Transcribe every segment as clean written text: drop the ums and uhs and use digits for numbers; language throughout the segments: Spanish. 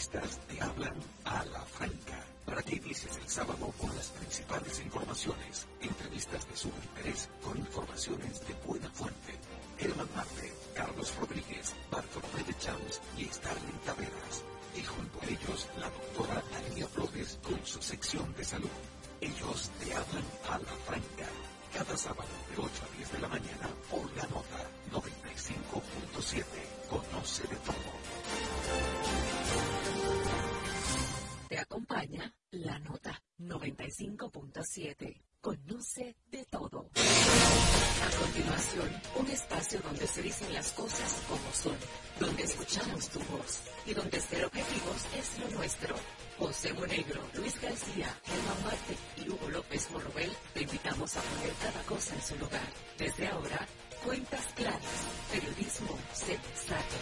periodistas te hablan a la franca para que inicies el sábado con las principales informaciones, entrevistas de suma interés con informaciones de buena fuente. Herman Marte, Carlos Rodríguez, Bartolomé de Champs y Starling Taveras. Y junto a ellos, la doctora Alia Flores con su sección de salud. Ellos te hablan a la franca. Cada sábado de 8 a 10 de la mañana por La Nota 95.7. Conoce de todo. Te acompaña La Nota 95.7. Conoce de todo. A continuación, un espacio donde se dicen las cosas como son, donde escuchamos tu voz y donde ser objetivos es lo nuestro. José Monegro, Luis García, Germán Marte y Hugo López Morrobel te invitamos a poner cada cosa en su lugar. Desde ahora, cuentas claras, periodismo sensato.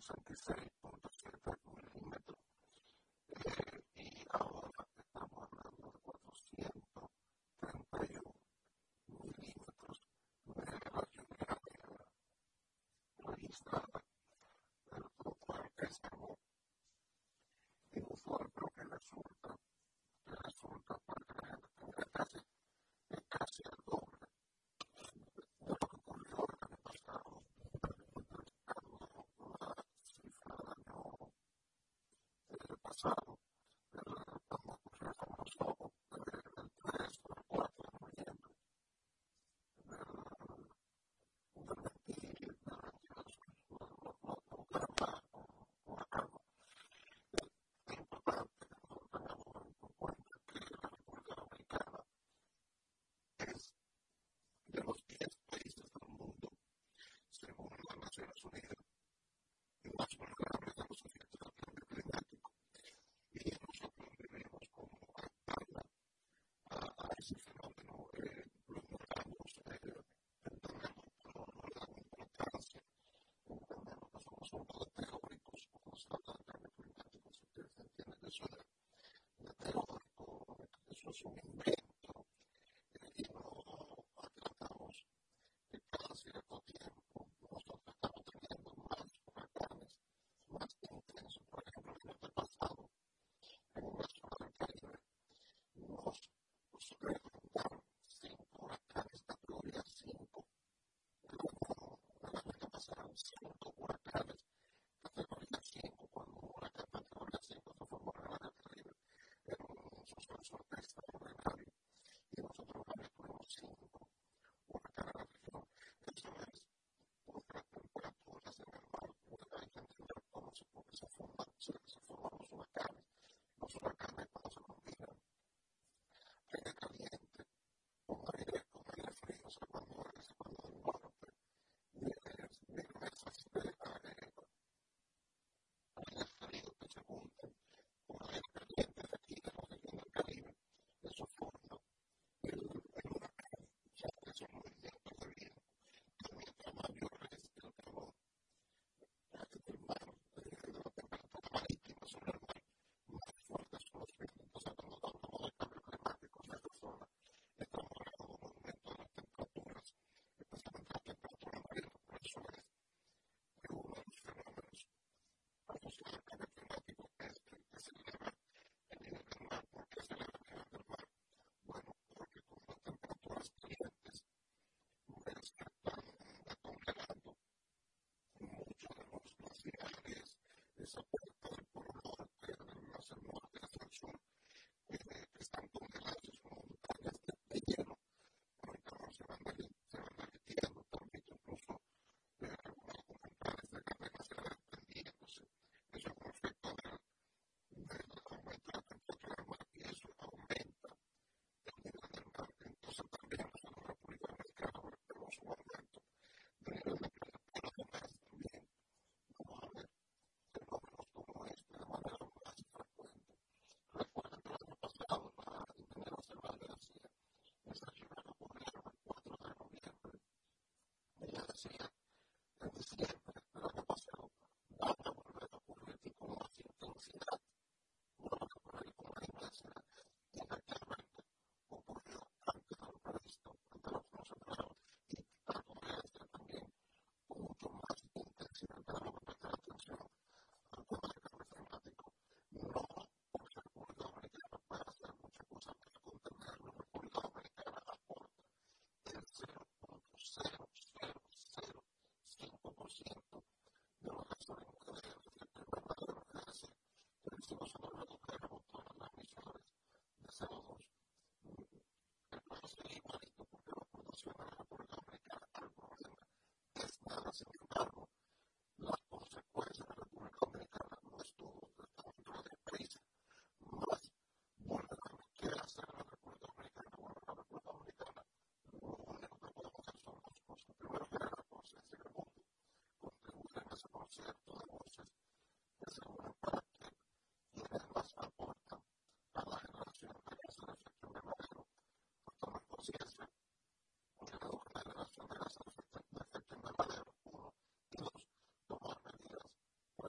Tomar medidas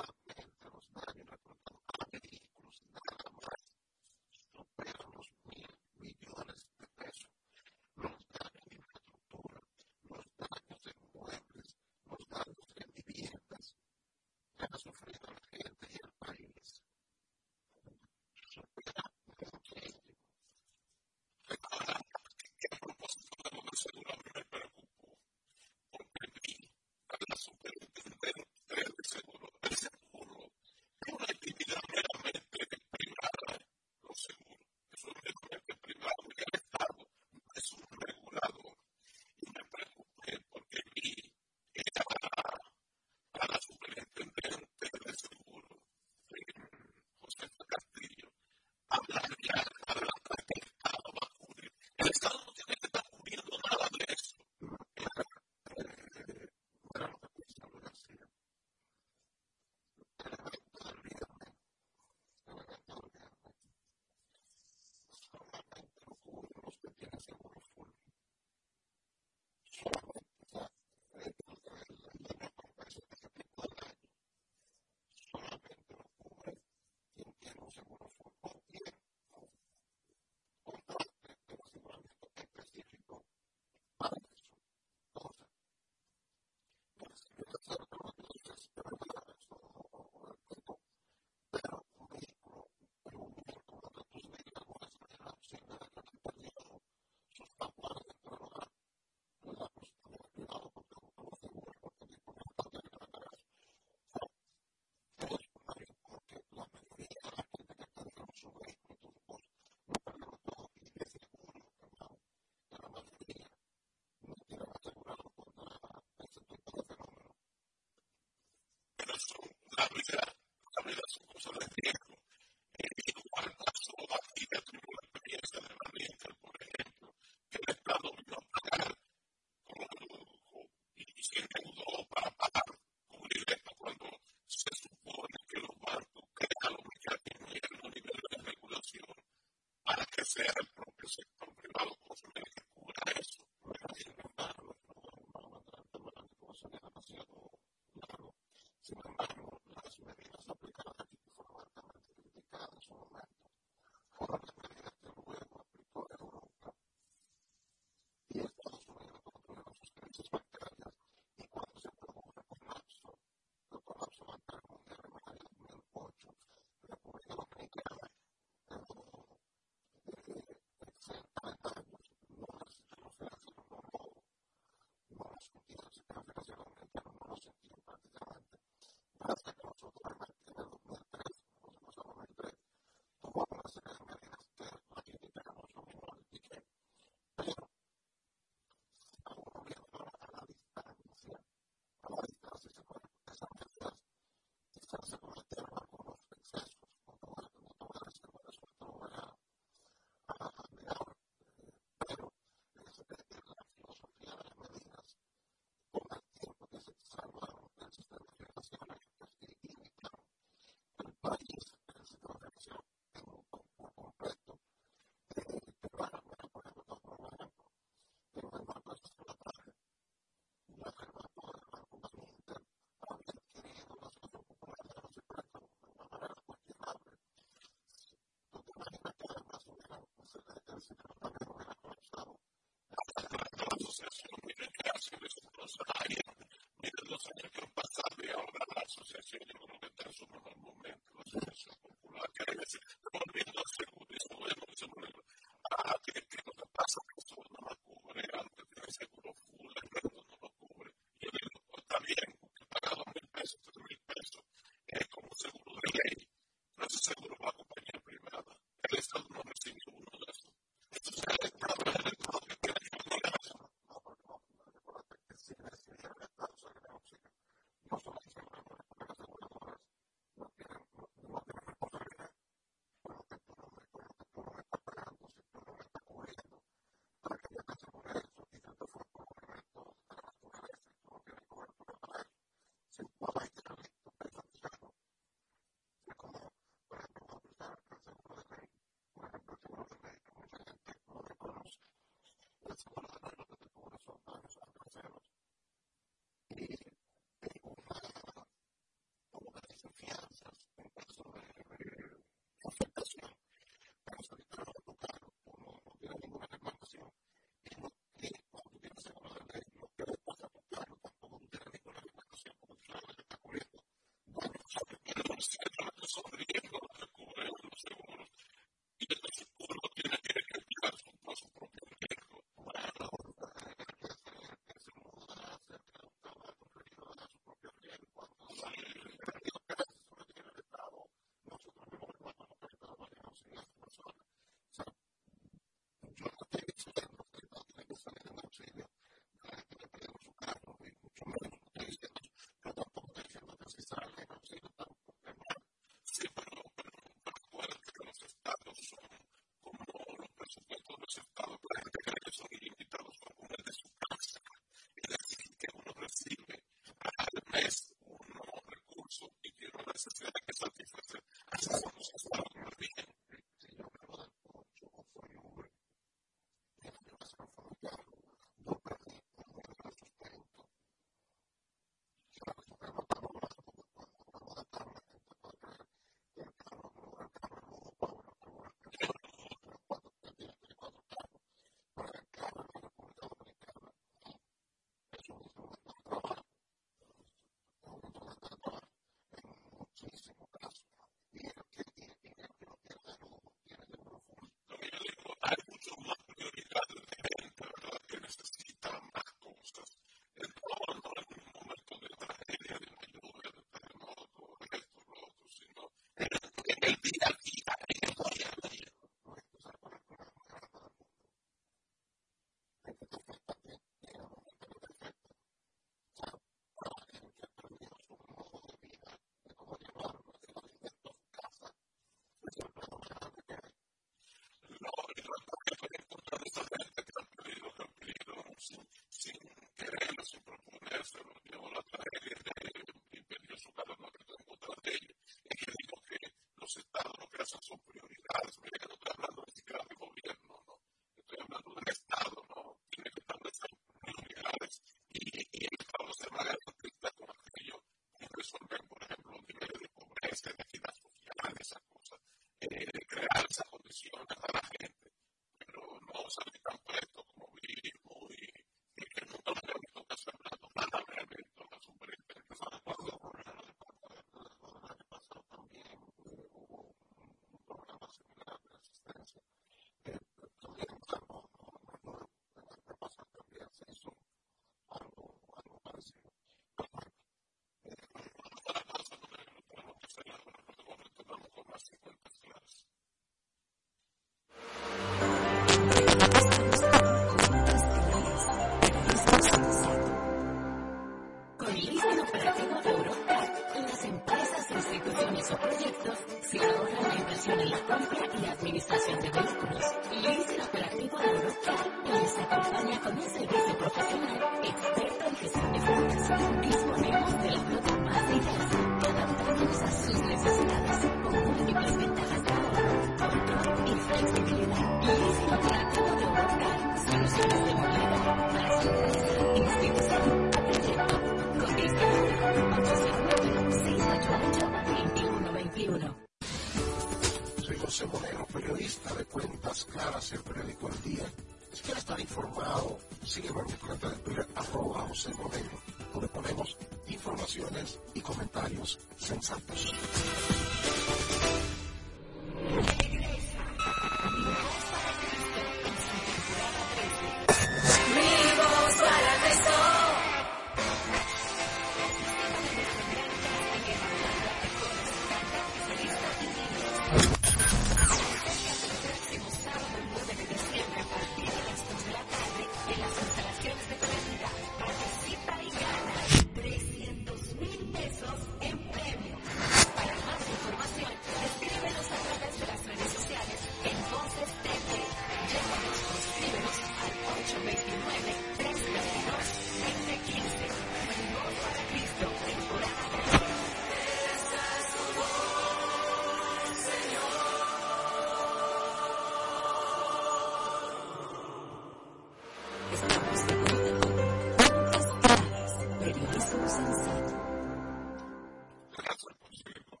Gracias por seguir con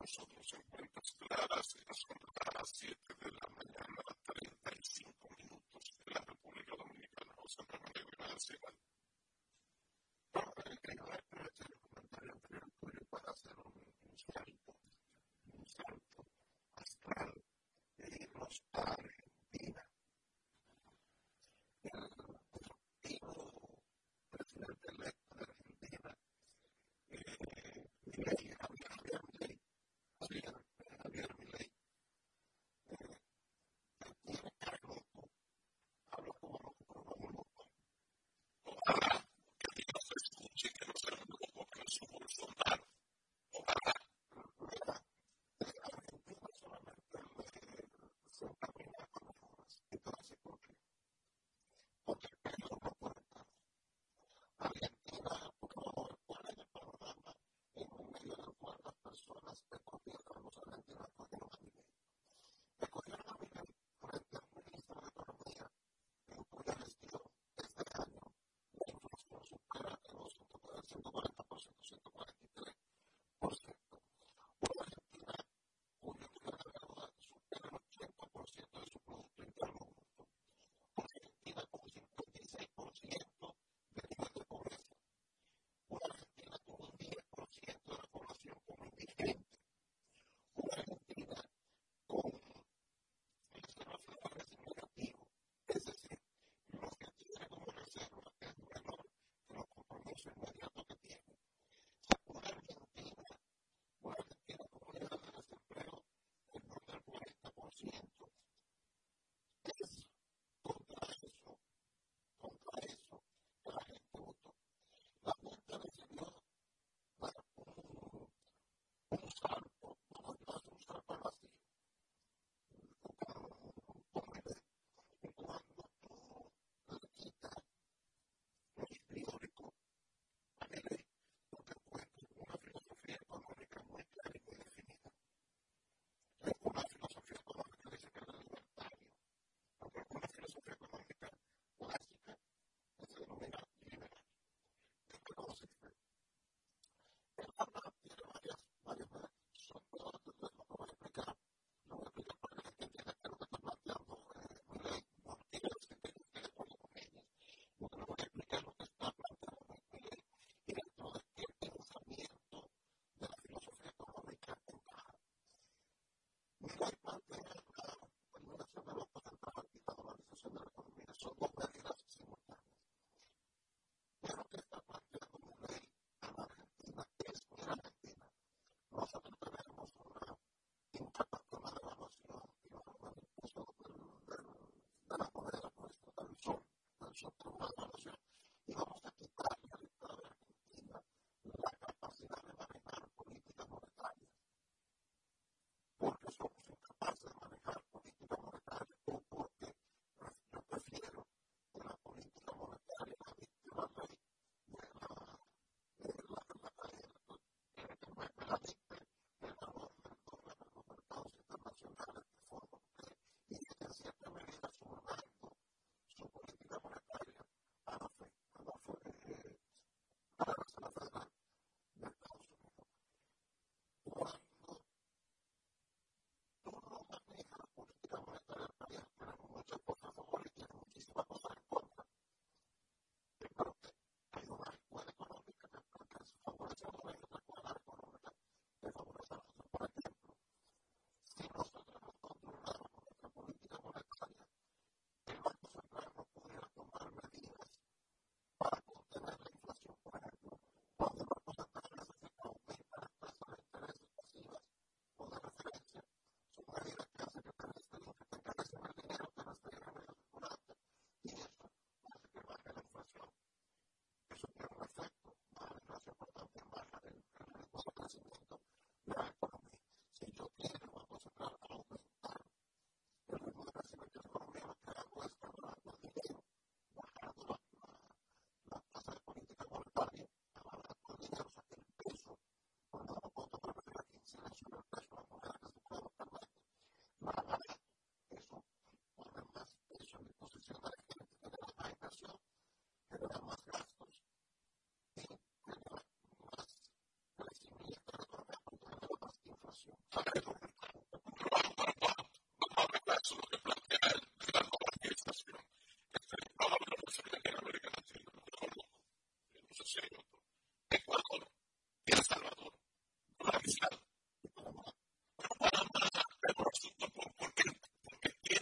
Porque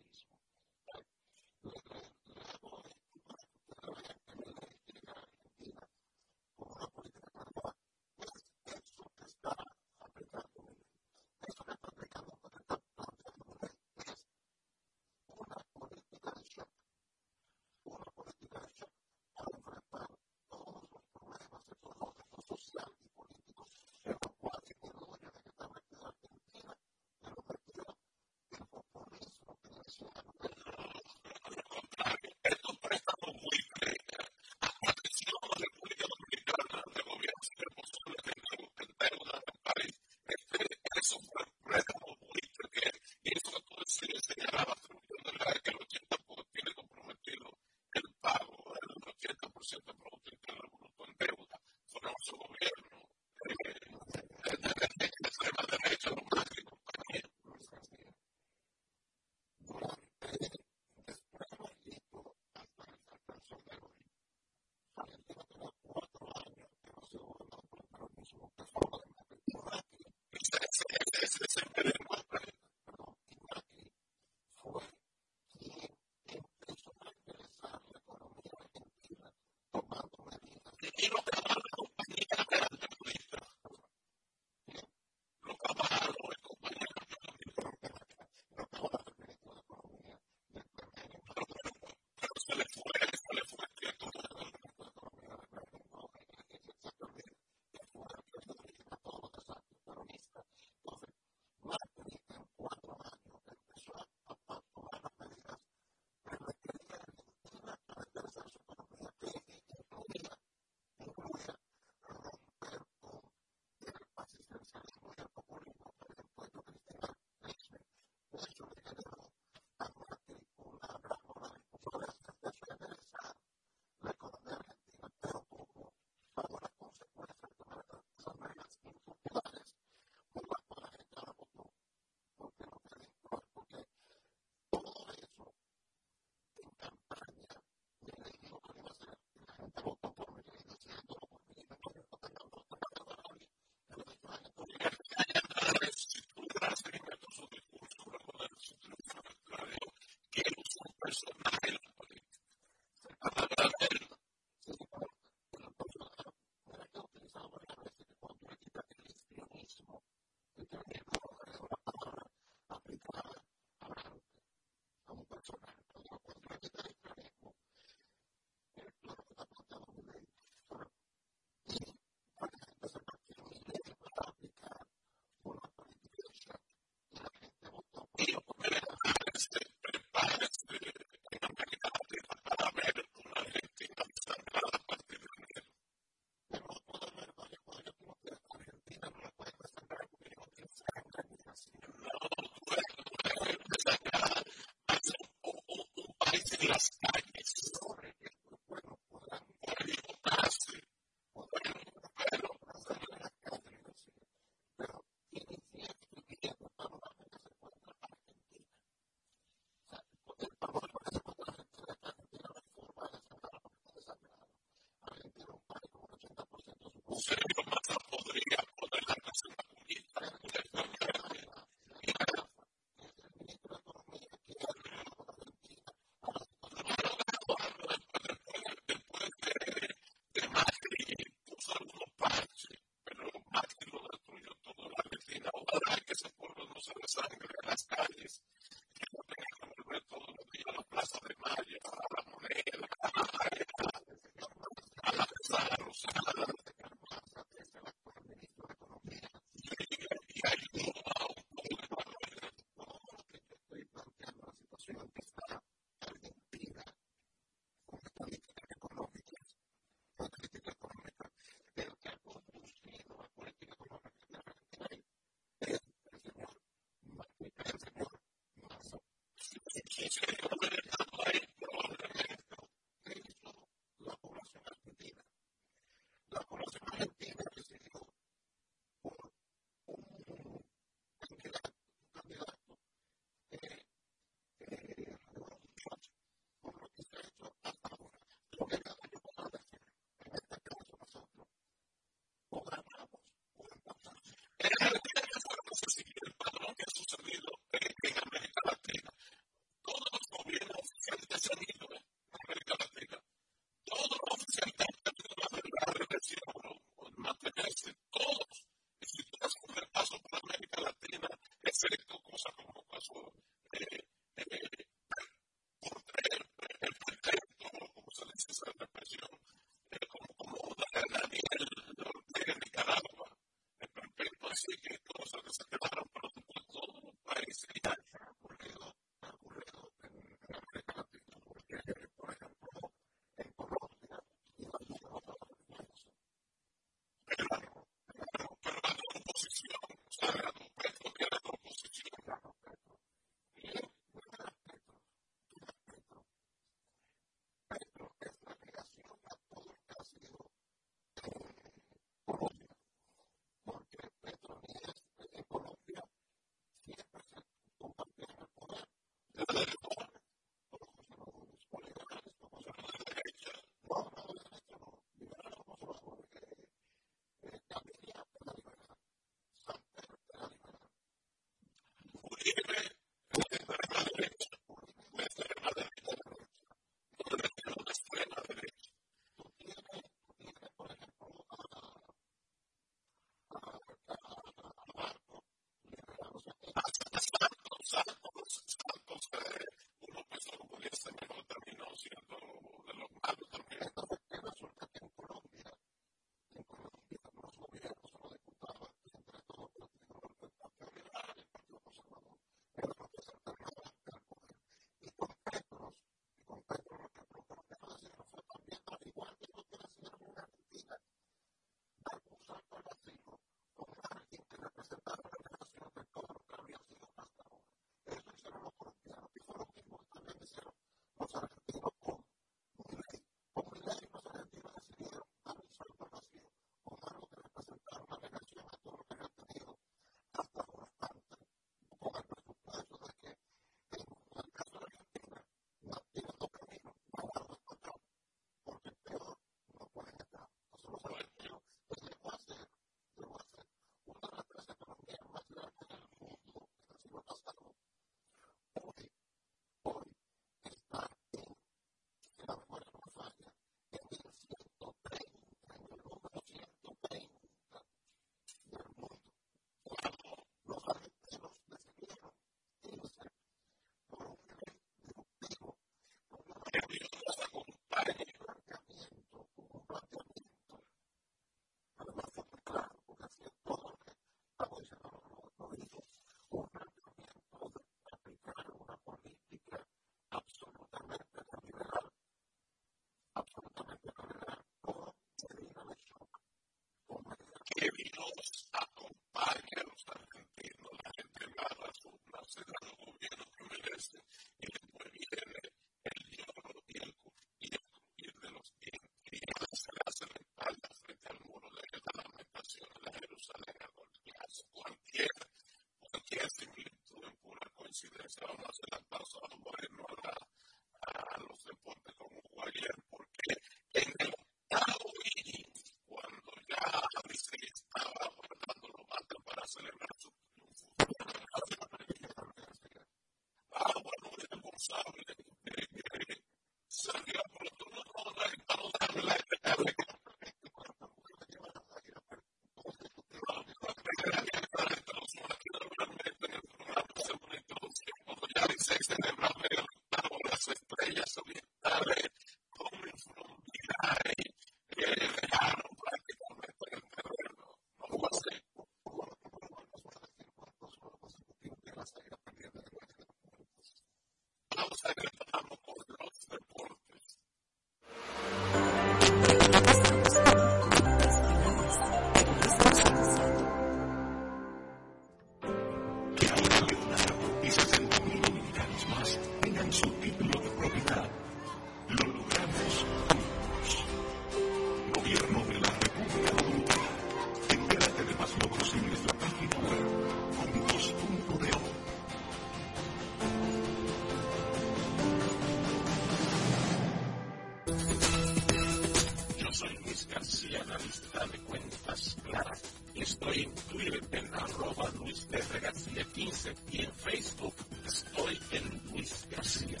y analista de cuentas claras. Estoy en Twitter en @LuisRGarcía15 y en Facebook estoy en Luis García.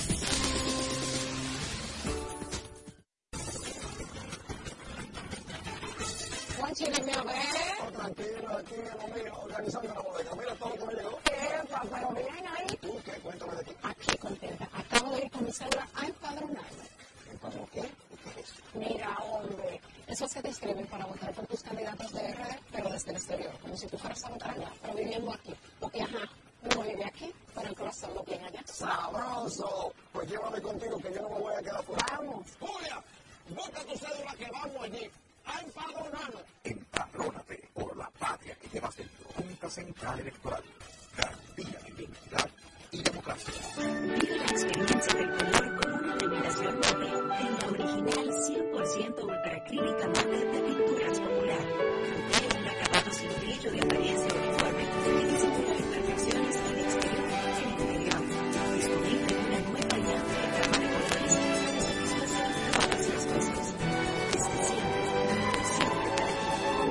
Juanchi, dime a ver. Tranquilo, aquí organizando la bodega. Mira todo lo que me llegó. Epa, pero bien ahí. ¿Tú qué? Cuéntame de ti. Aquí contenta. Acabo de ir con mi cédula a empadronarme. ¿Empadrón qué? ¿Qué es eso? Mira, hombre, esos que te escriben para votar por tus candidatos de RD, pero desde el exterior, como si tú fueras a votar allá, pero viviendo aquí. Porque, ajá, uno vive aquí, pero el corazón lo tiene allá. ¡Sabroso! Pues llévame contigo que yo no me voy a quedar fuera. Vamos. Julia, bota tu cédula que vamos allí. ¡A empadronarnos! Empadrónate por la patria que llevas dentro. Junta Central Electoral. Garantía de identidad y democracia. Vive la experiencia del color con una terminación mate en la original 100% ultracrílica mate de Pinturas Popular. Cambia un acabado sin brillo de apariencia uniforme y disimula imperfecciones y de exterior en interior. Disponible en una nueva y amplia gama de colores que satisfacen todas las cosas. Especiales, siempre para ti.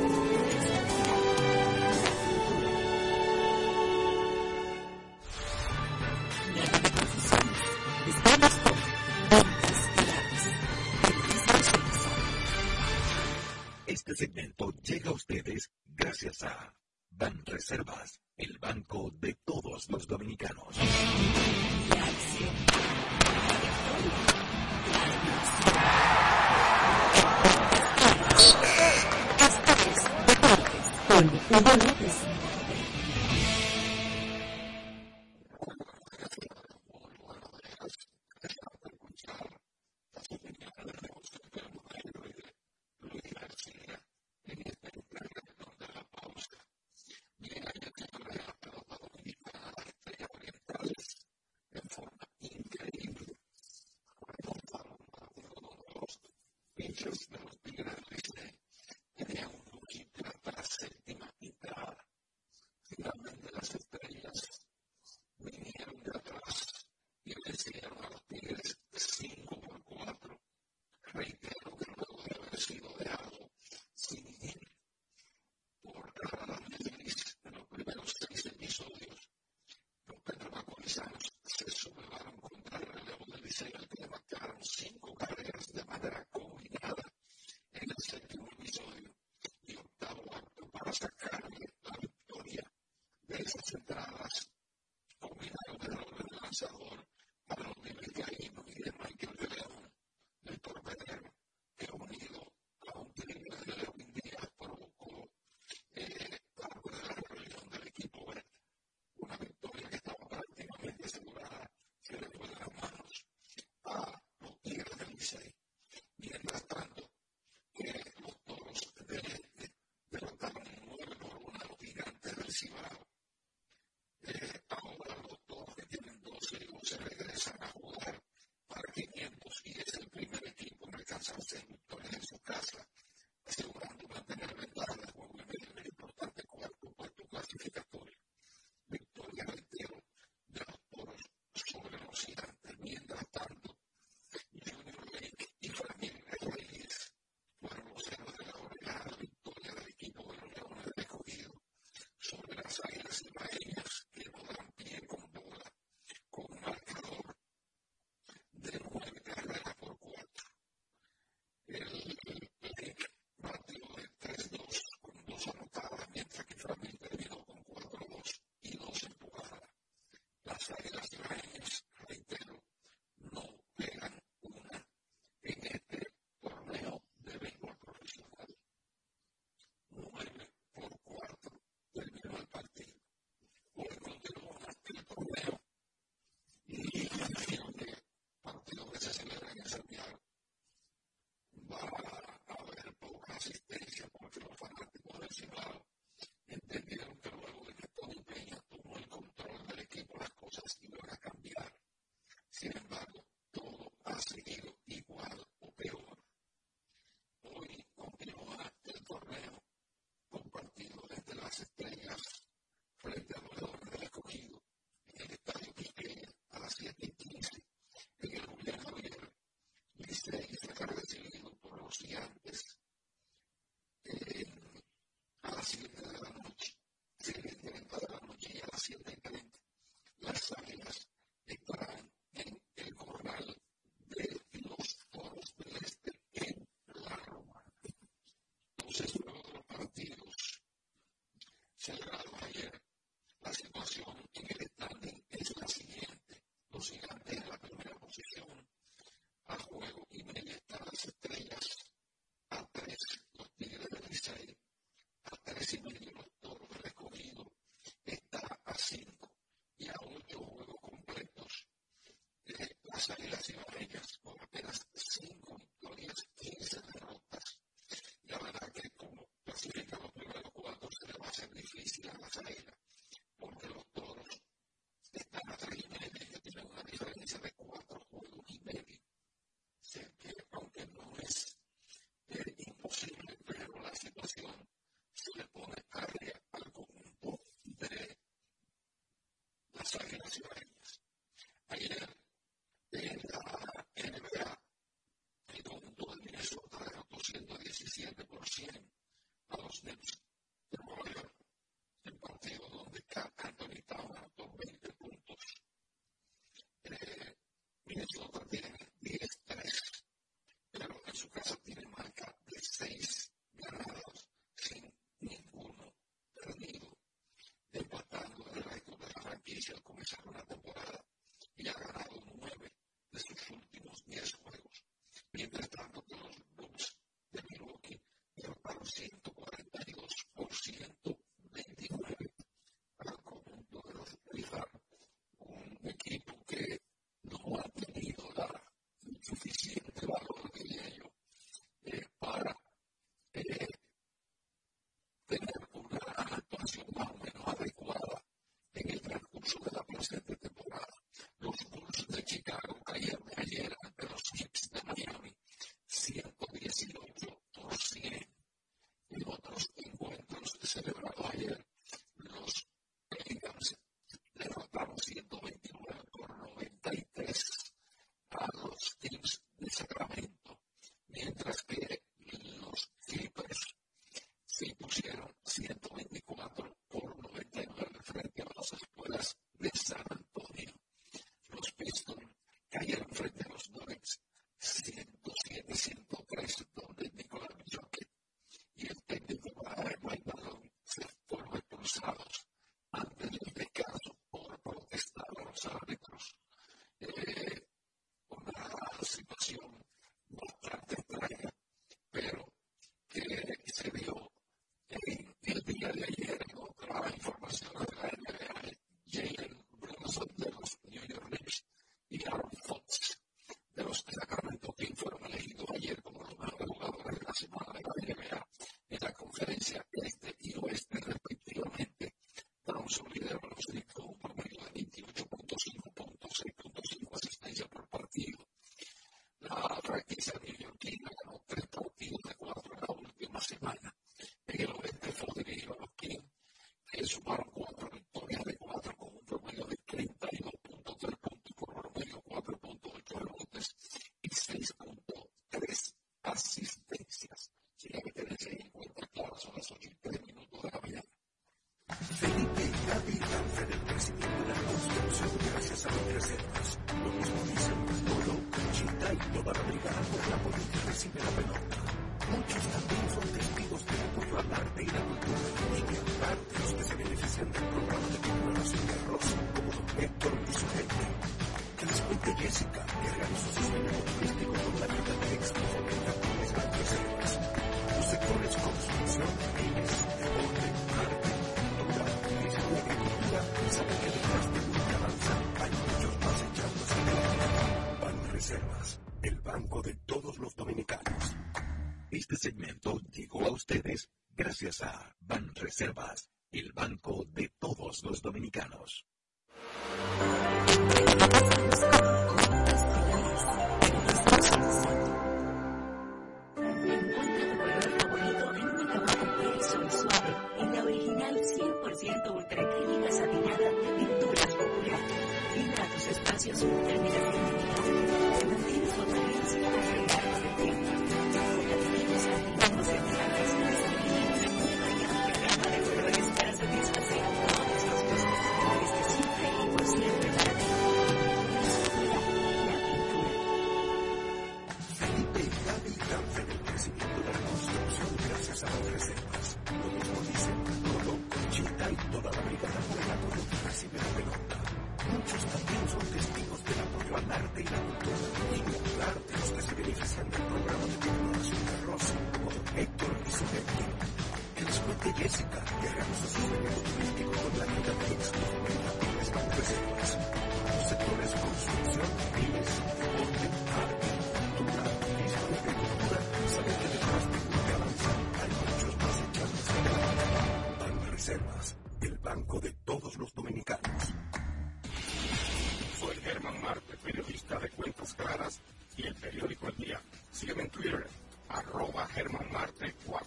Este segmento llega a ustedes gracias a Banreservas, el banco de todos los dominicanos. Con Hugo López. ellas, con apenas 5 victorias, 15 derrotas. La verdad que como clasifican los primeros 4 se le va a hacer difícil a las Águilas, porque los Toros están a 3.5 y tienen una diferencia de 4 juegos y medio. O sea que aunque no es imposible, pero la situación se le pone agria al conjunto de las Águilas Ibaeñas. Ayer en la NBA, el conjunto de Minnesota derrotó 117% a los Knicks de Nueva York, en partido donde Anthony Towns anotó 20 puntos. Minnesota tiene 10-3, pero en su casa tiene marca de 6 ganados sin ninguno perdido, empatando el récord de la franquicia al comenzar una temporada y ha ganado 9 de sus últimos 10 juegos. Mientras tanto, que los Bucks de Milwaukee derrotaron 142 por 129 al conjunto de los Wizards, un equipo que no ha tenido la suficiente valor, diría yo, para tener una actuación más o menos adecuada en el transcurso de la presente temporada. Los Bulls de Chicago cayeron ayer ante los Knicks de Miami 118 por 100. En otros encuentros celebrados ayer, los Pelicans derrotaron 129 por 93 a los Kings de Sacramento, mientras que los Clippers se impusieron 124 por 99 frente a las Espuelas de San Antonio. Los Pistons cayeron frente a los Nuggets 107-103, donde Nicolás Jokic y el técnico Mike Malone se fueron expulsados antes del descanso por protestar a los árbitros. Una situación bastante extraña, pero que se dio en el día de ayer en otra información de la NBA. Jalen Brunson de los New York Knicks y Aaron Fox de los Sacramento Kings fueron elegidos ayer como los mejores jugadores de la semana de la NBA en la conferencia este y oeste respectivamente. Brunson lideró los Knicks con un promedio de 28.5 puntos, 6.5 asistencias por partido. La franquicia neoyorquina ganó 3 partidos de 4 en la última semana. En el oeste fue dirigido a los Kings, que sumaron 4 victorias de 4 con un promedio de 32.3 puntos por promedio, 4.8 rebotes y 6.3 asistencias. Si hay que tenerse en cuenta, claro, son las 8:03 de la mañana. Felipe Gavilán, del presidente de la construcción, gracias a las reservas. Lo mismo dicen Toro, Chita y toda la brigada por el apoyo que recibe la pelota. Muchos también son testigos del apoyo al arte y la cultura, y de hablar de los que se benefician del programa de conmemoración de Rosa, como don Héctor y su gente. Que les cuente Jessica, que realizó su sueño turístico con la ayuda de Expo Fomenta con las reservas. Los sectores construcción, bienes, deporte, arte, cultura, turismo y agricultura saben que detrás de una avanza hay muchos más echándose de la vida. Banreservas, el banco de todos los dominicanos. Este segmento llegó a ustedes gracias a Banreservas, el banco de todos los dominicanos. En la original 100% ultra acrílica satinada de Pinturas Popular. Pinta tus espacios con terminación digital. Se mantiene su apariencia a lo largo del tiempo. Adquiridos artículos centrales y disponibles en una y amplia gama de colores para satisfacer todos los gustos desde siempre y por siempre para ti. La pintura. Felipe Gavilán, del crecimiento de la construcción, gracias a las reservas. Lo mismo dicen Toro, Chita y toda la brigada por el apoyo que recibe la pelota. Muchos también son testigos del apoyo al arte y la cultura, y de hablar de los que se benefician del programa de conmemoración de Rosa, como don Héctor y su gente. Que les cuente Jessica, que realizó su sueño turístico con la ayuda de Expo Fomenta con las reservas. Los sectores construcción, bienes, deporte, Banreservas, el banco de todos los dominicanos. Soy Germán Marte, periodista de Cuentas Claras y el periódico El Día. Sígueme en Twitter, @GermánMarte4.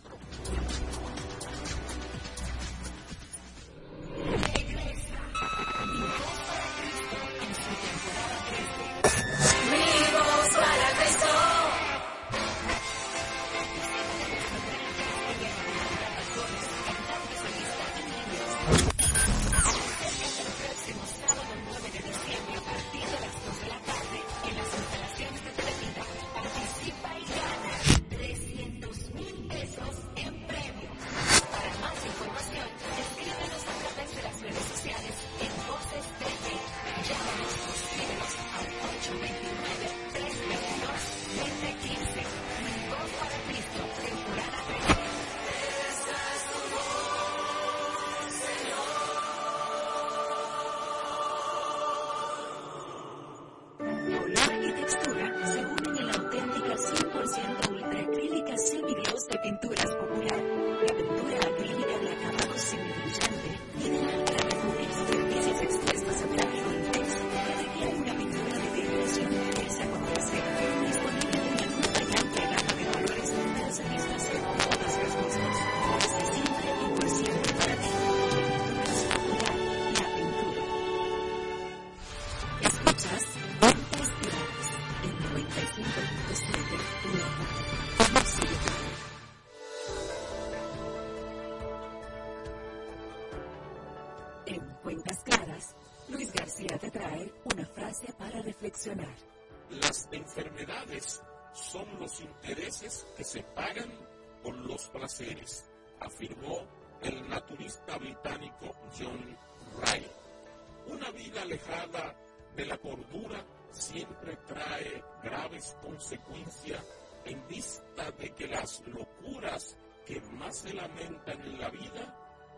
Las enfermedades son los intereses que se pagan por los placeres, afirmó el naturista británico John Ray. Una vida alejada de la cordura siempre trae graves consecuencias en vista de que las locuras que más se lamentan en la vida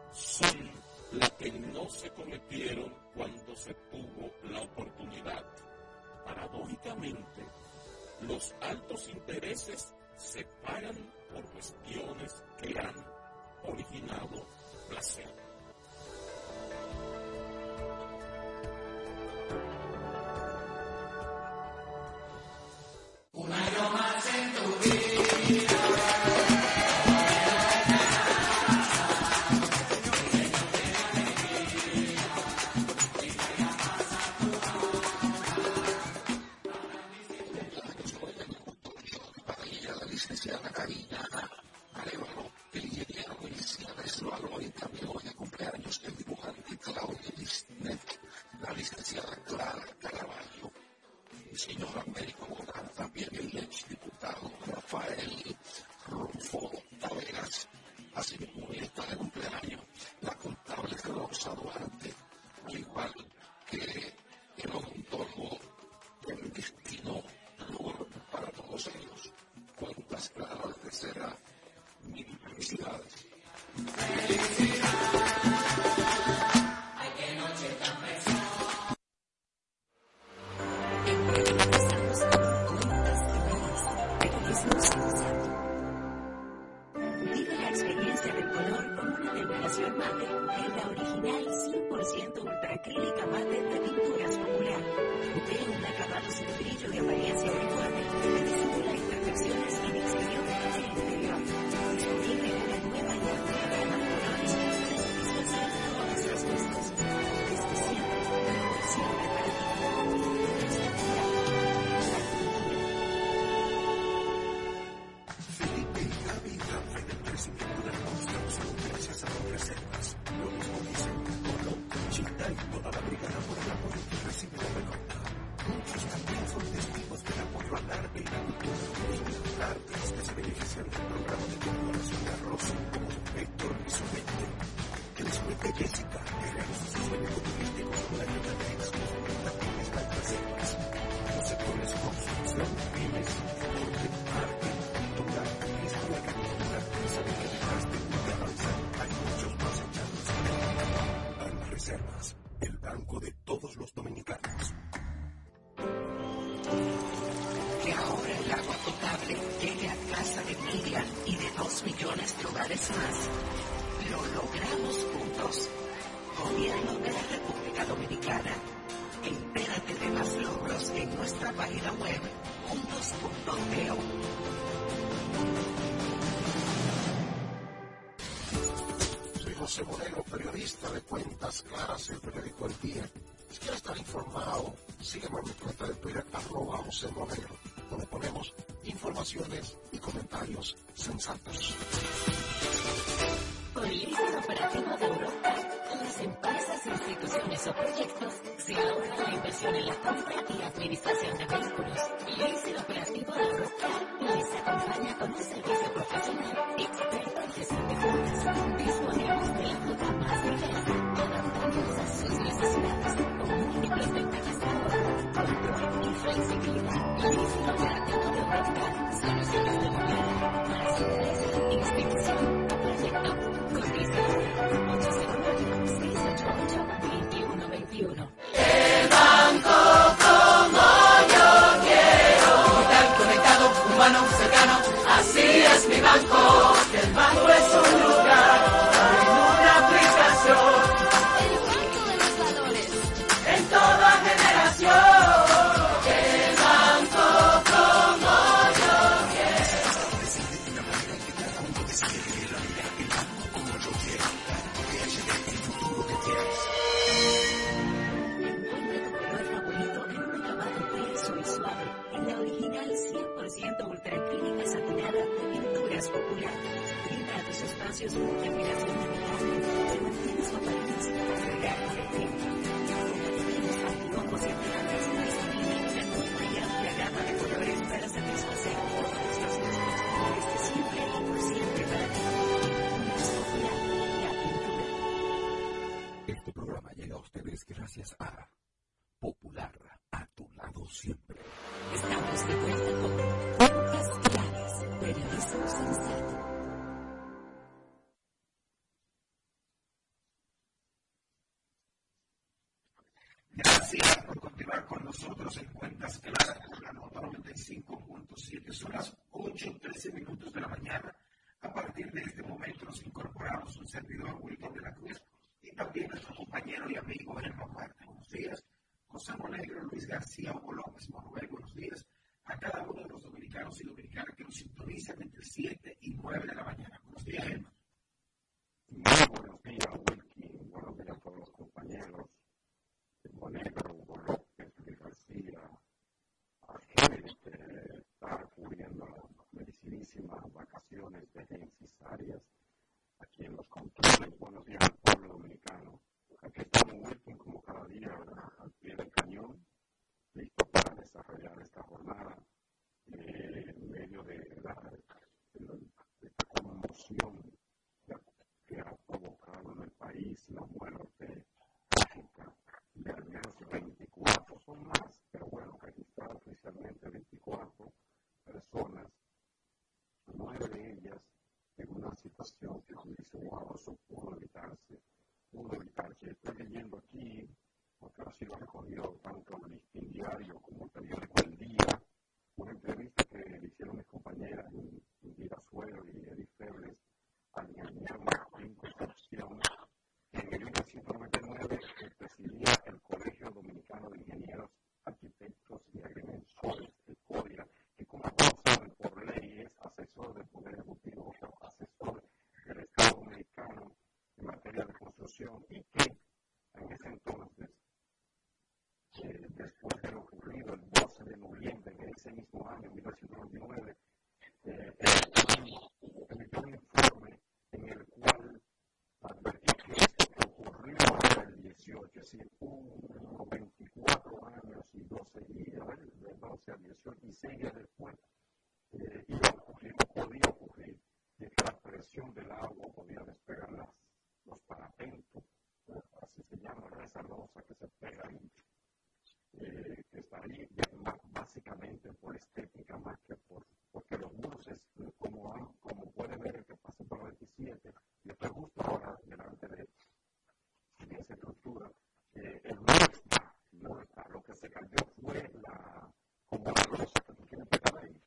son las que no se cometieron cuando se tuvo la oportunidad. Paradójicamente, los altos intereses se pagan por cuestiones que han originado placer. Un año más en tu vida. Licenciada Karina Arevalo, el ingeniero Luis Arevalo, y también hoy de cumpleaños el dibujante Claudio Lisnet, la licenciada Clara Caraballo, el señor Américo Morán, también el exdiputado Rafael Rufo Taveras, así mismo hoy está de cumpleaños la contable Rosa Duarte, al igual que el odontólogo el destino para todos ellos. Cuentas Claras de Serra, mil felicidades. Ay, qué noche tan preciosa. Vive la experiencia del color con una terminación mate en la original 100% ultracrílica mate de Pinturas Popular. Tiene un acabado sin brillo de apariencia uniforme que disimula imperfecciones en exterior y interior. Disponible en una nueva y amplia gama de colores para satisfacer todas las gustos. Desde siempre para ti. Felipe y Gaby Rafael del crecimiento de la construcción gracias a Banreservas. Lo mismo dicen, Colo, Chita y toda la brigada por el apoyo que recibe la pelota. Muchos también son testigos del apoyo al arte y la cultura. Niños artistas que se benefician del programa de colaboración de Arroz como Héctor Visualmente. Que les cuente Jessica, que realiza su sueño turístico con la ayuda de exclusivos de Banreservas. Los sectores construcción, pymes, deporte, arte, cultura, historia, agricultura, saben que detrás de muy avanzar hay muchos más echados. Banreservas, el banco de todos los dominicanos. Que ahora el agua potable llegue a casa de Miriam y de 2 millones de hogares más. Lo logramos juntos. Gobierno de la República Dominicana. Entérate de más logros en nuestra página web juntos.do. Soy José Moreno, periodista de Cuentas Claras, el periódico El Día. Si quieres estar informado, sígueme en mi cuenta de Twitter, @José Moreno, donde ponemos informaciones y comentarios sensatos. Por líder operativo de Europa, las empresas, instituciones o proyectos se ahorran la inversión en la compra y administración de vehículos. Líder operativo de Europa les acompaña con un servicio profesional experto en gestión de cuentas. Disponemos de la flota más diversa, adaptándonos a sus necesidades, con múltiples ventajas de ahorro, control y flexibilidad. Líder operativo de Europa, soluciones de movilidad para su empresa, institución o proyecto. El banco como yo quiero. Digital, conectado, humano, cercano. Así es mi banco. El banco es un lugar en una aplicación. El banco de los valores. En toda generación. El banco como yo quiero. En la original 100% ultraclínica satinada de Pinturas Popular. Brinda a tus espacios una terminación navegable. Te mantienes con varinas para agregar alegría. Tenemos antiojos y antibalas disponibles en nuestra y amplia gama de colores para satisfacer todas nuestras necesidades de siempre y por siempre para ti. Pinturas Popular, la pintura. Este programa llega a ustedes gracias a Popular, a tu lado siempre. Estamos de vuelta con Cuentas Claras, periodismo sensato. Gracias por continuar con nosotros en Cuentas Claras por la nota 95.7. Son las 8:13 de la mañana. A partir de este momento nos incorporamos un servidor, Wilton de la Cruz, y también nuestro compañero y amigo Germán Marte. Buenos días. José Monegro, Luis García, Hugo López, Manuel, buenos días a cada uno de los dominicanos y dominicanas que nos sintonizan entre 7 y 9 de la mañana. Buenos días, Germán. Muy buenos días, Wilkin. Buenos días a todos los compañeros. Monegro, Hugo López, Luis García, a Kevin, que está cubriendo las merecidísimas vacaciones de Genesis Arias aquí en los controles. Buenos días al pueblo dominicano. Aquí estamos, Wilkin, como cada día, al pie del cañón, listo para desarrollar esta jornada en medio de esta conmoción que ha provocado en el país la muerte trágica de al menos 24, son más, pero bueno, registradas oficialmente 24 personas, 9 de ellas en una situación que dice, wow, eso pudo evitarse. Estoy leyendo aquí, porque así lo recogió tanto el Listín Diario como el periódico El Día, una entrevista que le hicieron mis compañeras Indira Suero y Edith Febles al ingeniero Martín Concepción, que en el 1999 presidía el Colegio Dominicano de Ingenieros, Arquitectos y Agrimensores, el CODIA, que como todos saben por ley es asesor del Poder Ejecutivo, asesor del Estado Dominicano en materia de construcción, y que en ese entonces, después de lo ocurrido el 12 de noviembre de ese mismo año, 1999, emitió un informe en el cual advertía que esto que ocurrió el 18, es decir, unos 24 años y 12 días, de 12 a 18 y 6 días después, iba a ocurrir, o podía ocurrir, de que la presión del agua podía despegar los parapentos, así se llama, esa losa que se pega ahí, que está ahí, básicamente por estética más que porque los buses, como puede ver el que pasa por la 27, y estoy justo ahora delante de esa estructura, no está, lo que se cayó fue como la losa que tú tienes pegada ahí,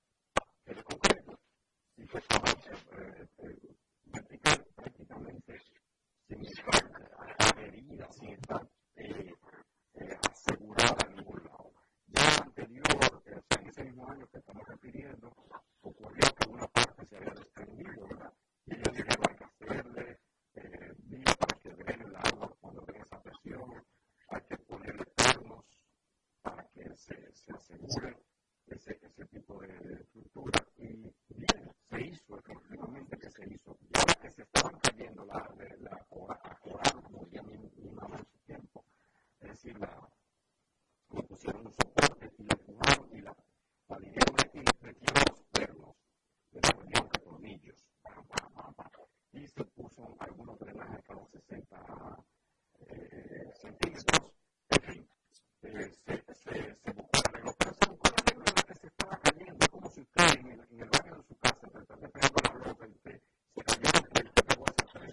se asegure ese tipo de estructura. Y bien, se hizo, efectivamente que se hizo. Y ahora que se estaban cayendo a coral, como diría mi mamá en su tiempo, es decir, le pusieron un soporte y le fumaron y la dividieron y le metieron los pernos, le ponían tornillos, y se puso algunos drenajes para los 60 centímetros. En fin, se buscó la regla, pero se buscó la regla en la que se estaba cayendo. Es como si usted en el baño de su casa, de pegando la ropa, y usted se cayó el que pegó esa pared.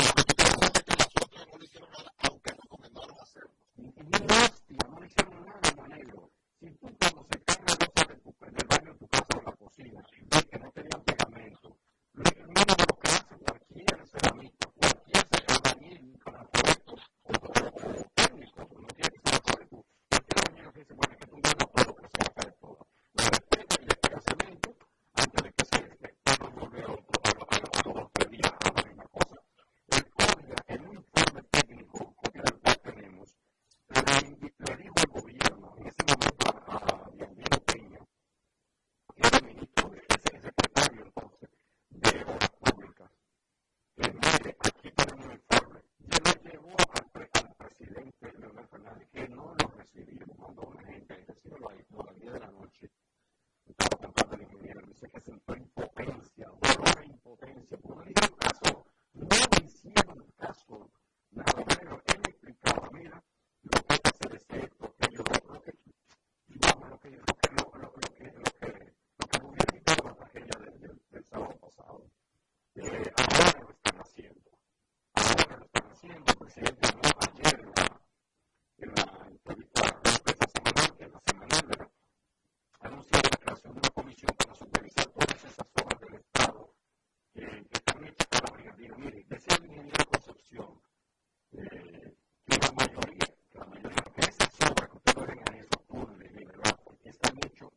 Aunque recomendaron hacerlo. Y no le hicieron nada, manero. Si tú cuando se cae la losa del baño de tu casa o la cocina, ves que no tenían pegamento, mira lo que hace cualquier ceramista, cualquier albañil con apuesto o técnico, no tiene que ser apuesto, cualquier albañil que dice, bueno, es que tú no todo, pero se va a caer todo. Lo respeta y le pega cemento antes de que se no vuelve a los 3 días a la misma cosa. El código, en un informe técnico, copia del cual tenemos, le dijo al gobierno en ese momento a Diamino Peña, que era el ministro, ese secretario entonces de Obras Públicas, que mire, aquí tenemos un informe. Se lo llevó al presidente Leonel Fernández, que no lo recibió, mandó una gente a recibirlo ahí como a las 10 de la noche. Estaba contando el ingeniero, dice que sentó impotencia, dolor e impotencia, porque no le hicieron caso, nada, pero él me explicaba, mira, lo que hay que hacer es esto, aquello, lo que murió en la tragedia del sábado pasado. Ahora lo están haciendo, el presidente habló ayer en la entrevista a la prensa semanal, que es la semanal, ¿verdad? Anunció la creación de una comisión para supervisar todas esas obras del Estado que están hechas por la brigadina. Mire, decía el ingeniero Concepción que la mayoría, que esas obras que ustedes ven en esos túneles, ¿verdad? Porque están hechos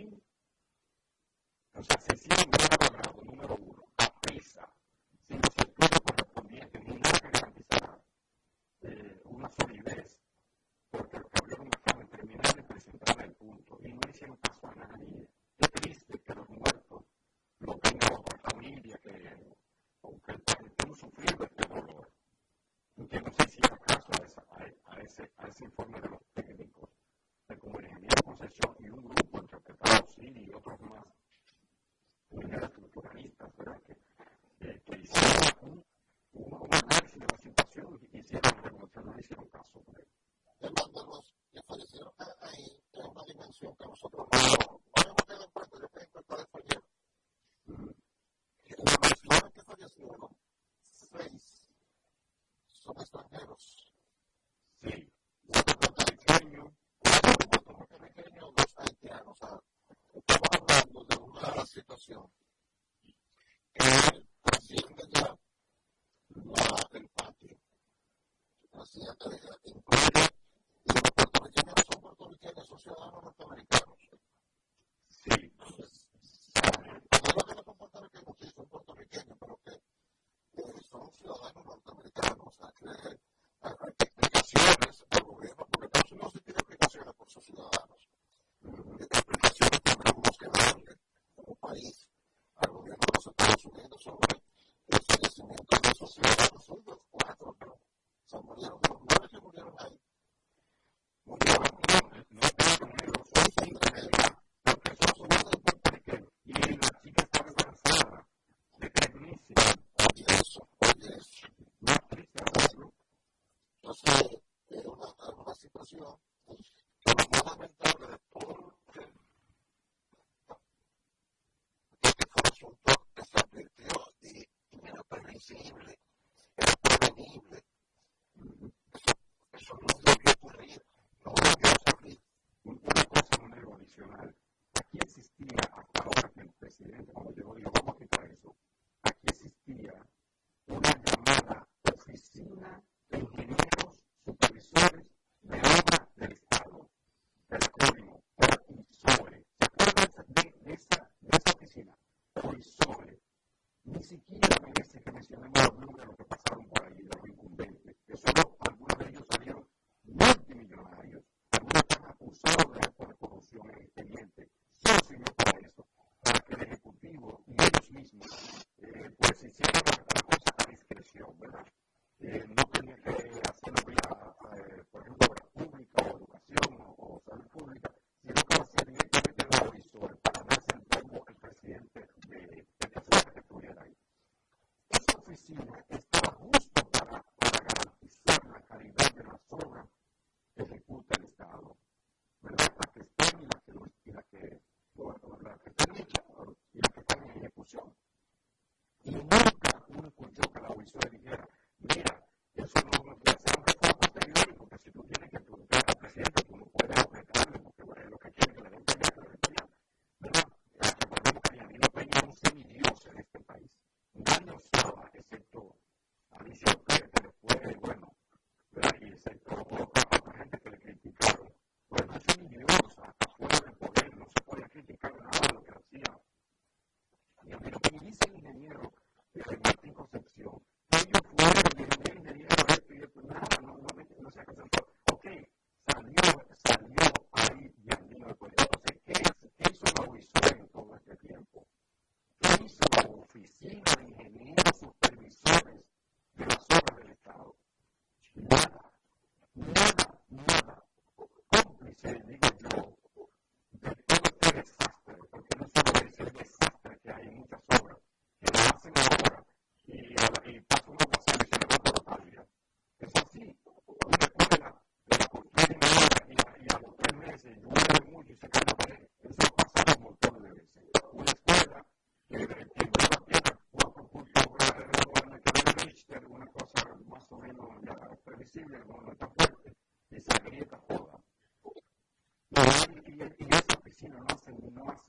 se hicieron grado número 1, a prisa, sin los estudios correspondientes, ni nada que garantizara una solidez, porque los que abrieron una fama terminal y presentaron el punto, y no hicieron caso a nadie. Es triste que los muertos lo tengan otra familia, aunque estemos sufriendo este dolor, que no se hiciera caso a ese informe de los técnicos, de como el ingeniero Concepción y un grupo interpretado, sí, y otros más, ingenieros estructuralistas, ¿verdad? Que hicieron un análisis de la situación y hicieron la recomendación, no le hicieron caso. Además de los que fallecieron ahí, es una dimensión que nosotros no hemos tenido en cuenta. Yo creo que ustedes fallaron. Las personas que fallecieron, 6 son extranjeros. Sí. 4 puertorriqueños, 2 haitianos. O sea, estamos hablando de una situación que trasciende ya el patio. Trasciende, incluye, y los puertorriqueños no son puertorriqueños, son ciudadanos norteamericanos. Sí. Entonces, lo que no son puertorriqueños, sí son puertorriqueños, pero que son ciudadanos norteamericanos. O sea, que hay explicaciones al gobierno, porque Estados Unidos sí tiene explicaciones por sus ciudadanos. Explicaciones que tendremos que darle como país al gobierno de los Estados Unidos sobre el fallecimiento de esos ciudadanos. Son los 4, pero se murieron, los 9 que murieron ahí. Murieron, son 5 porque son de puertorriqueños. Y la chica estaba embarazada de 3 meses. Oye eso. Más triste hacerlo. Entonces, es una situación que lo más lamentable de todo lo que fue un asunto que se advirtió y era previsible, era prevenible. Eso no debió ocurrir, no debió ocurrir. Una cosa muy adicional, aquí existía, hasta ahora que el presidente, cuando llegó, dijo, vamos a quitar eso, aquí existía una llamada oficina de ingenieros supervisores de obra del Estado, del acrónimo, OISOE. ¿Se acuerdan de esa oficina? OISOE. Ni siquiera merece que mencionemos los números se hiciera la cosa a discreción, ¿verdad? No tenía que hacerlo vía, por ejemplo, obra pública o educación o salud pública, sino que lo hacía directamente en la OISOE para darse el verbo el presidente de que fuera que estuviera ahí. Esa oficina estaba justo para garantizar la calidad de las obras que ejecuta el Estado, ¿verdad? Las que están y las que están hechas y las que están en ejecución. Y nunca uno escuchó que la OISOE dijera, mira, eso no lo puede hacer un reforma posterior, porque si tú tienes que preguntar al presidente, tú no puedes objetarle, porque bueno, lo que quiere que le den pelea, que le den pelea, ¿verdad? Recordemos que Yanino Peña es un semidios en este país. Nadie usaba, excepto Alicia Ortega, que después, bueno, ¿verdad? Y excepto otra gente que le criticaron. Bueno, es semidiosa, afuera del poder, no se puede criticar nada de lo que hacía. Yanino Peña dice el ingeniero Martín Concepción, ellos fueron y el ingeniero esto y esto, nada, no se concentró. Ok, salió ahí Yanino después. Entonces, ¿qué hizo la OISOE en todo este tiempo? ¿Qué hizo la oficina de ingenieros supervisores de las obras del Estado? Nada. Cómplice, digo yo, de todo este desastre, porque no solo es el desastre que hay en muchas obras, que lo hacen ahora y pasa una pasada y se levanta la pálida. Es así. Una escuela que la construyen ahora y a los 3 meses llueve mucho y se cae la pared. Eso ha pasado un montón de veces. Una escuela que tiene 4 puntos de Richter, una cosa más o menos ya previsible, no está fuerte, y se agrieta toda. Y esa oficina no hace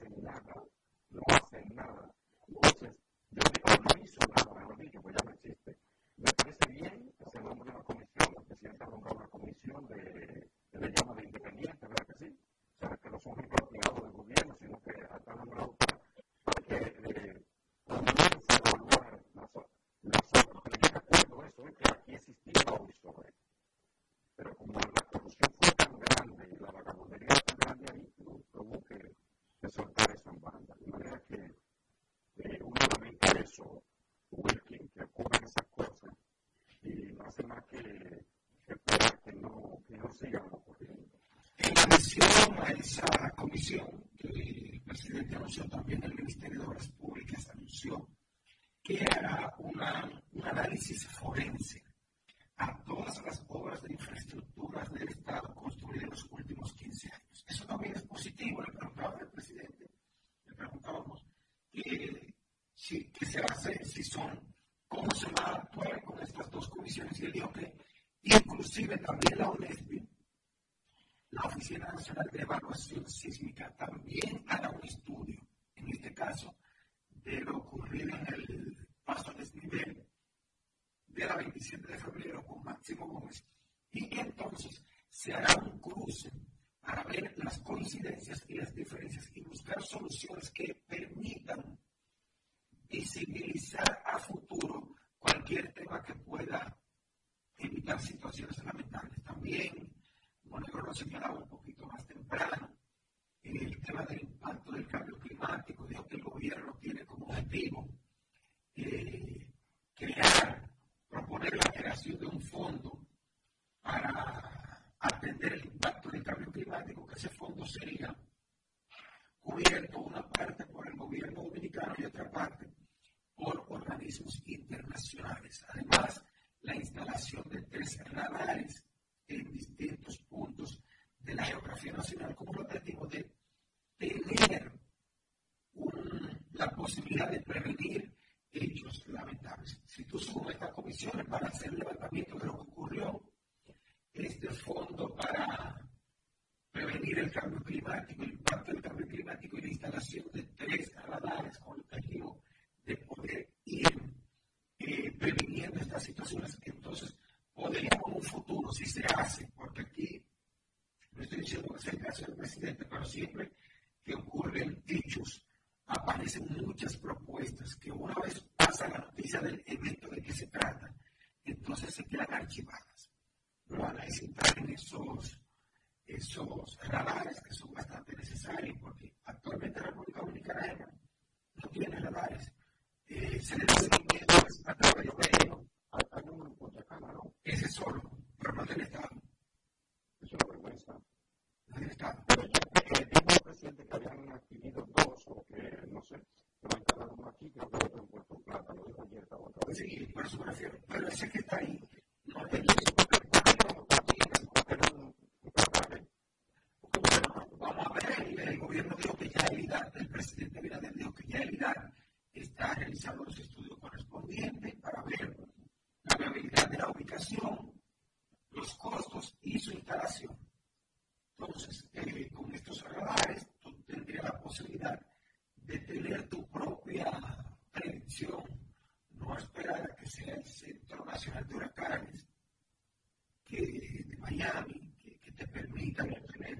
nada. Entonces, yo digo, no hizo nada, mejor dicho, pues ya no existe. Me parece bien que se nombre una comisión, el presidente ha nombrado una comisión que le llama de independiente, ¿verdad que sí? O sea, que no son empleados del gobierno, sino que está nombrado para que comience a evaluar las obras. Pero yo recuerdo eso, que aquí existía la OISOE. Pero como la corrupción fue tan grande y la vagabundería tan grande ahí, tuvo que soltar eso en banda. De manera que uno lamenta eso, Wilkin, que ocurren esas cosas y no hace más que esperar que no sigan ocurriendo. En adición a esa comisión, el presidente anunció también, el Ministerio de Obras Públicas anunció que hará un análisis forense a todas las obras de infraestructuras del Estado construidas en los últimos 15 años. Eso también es positivo. Le preguntábamos al presidente, qué se hace, cómo se va a actuar con estas dos comisiones. Y él dijo que inclusive también la ONESPI, la Oficina Nacional de Evaluación Sísmica, también hará un estudio, en este caso, de lo ocurrido en el paso a desnivel de la 27 de febrero con Máximo Gómez, y que entonces se hará un cruce para ver las coincidencias y las diferencias y buscar soluciones que permitan visibilizar a futuro cualquier tema que pueda evitar situaciones lamentables. También, Monegro lo señalaba un poquito más temprano, en el tema del impacto del cambio climático, dijo que el gobierno tiene como objetivo proponer la creación de un fondo para atender el impacto del cambio climático, que ese fondo sería cubierto una parte por el gobierno dominicano y otra parte por organismos internacionales. Además, la instalación de 3 radares en distintos puntos de la geografía nacional como el objetivo de tener la posibilidad de prevenir hechos lamentables. Si tú sumas estas comisiones para hacer el levantamiento de lo que ocurrió, este fondo para prevenir el cambio climático, el impacto del cambio climático y la instalación de 3 radares con el objetivo de poder ir previniendo estas situaciones, entonces podríamos en un futuro, si se hace, porque aquí no estoy diciendo que sea el caso del presidente, pero siempre que ocurren hechos, aparecen muchas propuestas que una vez pasa la noticia del evento de que se trata, entonces se quedan archivadas. No van a entrar en esos radares que son bastante necesarios, porque actualmente la República Dominicana no tiene radares se le da seguimiento a través de Hay un Punta Cana, ¿no? ese solo, pero no del Estado. Es una vergüenza. No del Estado. Pero dijo el presidente que habían adquirido dos, o que, no sé, que van a instalar uno aquí, creo que otro en Puerto Plata, lo dijo ayer, estaba otra vez. Sí, por eso me refiero. Pero ese que está ahí, no Vamos a ver, el gobierno dijo que ya el IDAR, el presidente Abinader dijo que ya el IDAR está realizando los estudios correspondientes para ver la viabilidad de la ubicación, los costos y su instalación. Entonces, con estos radares, tú tendrías la posibilidad de tener tu propia predicción, no esperar a que sea el Centro Nacional de Huracanes, que de Miami, que te permitan tener.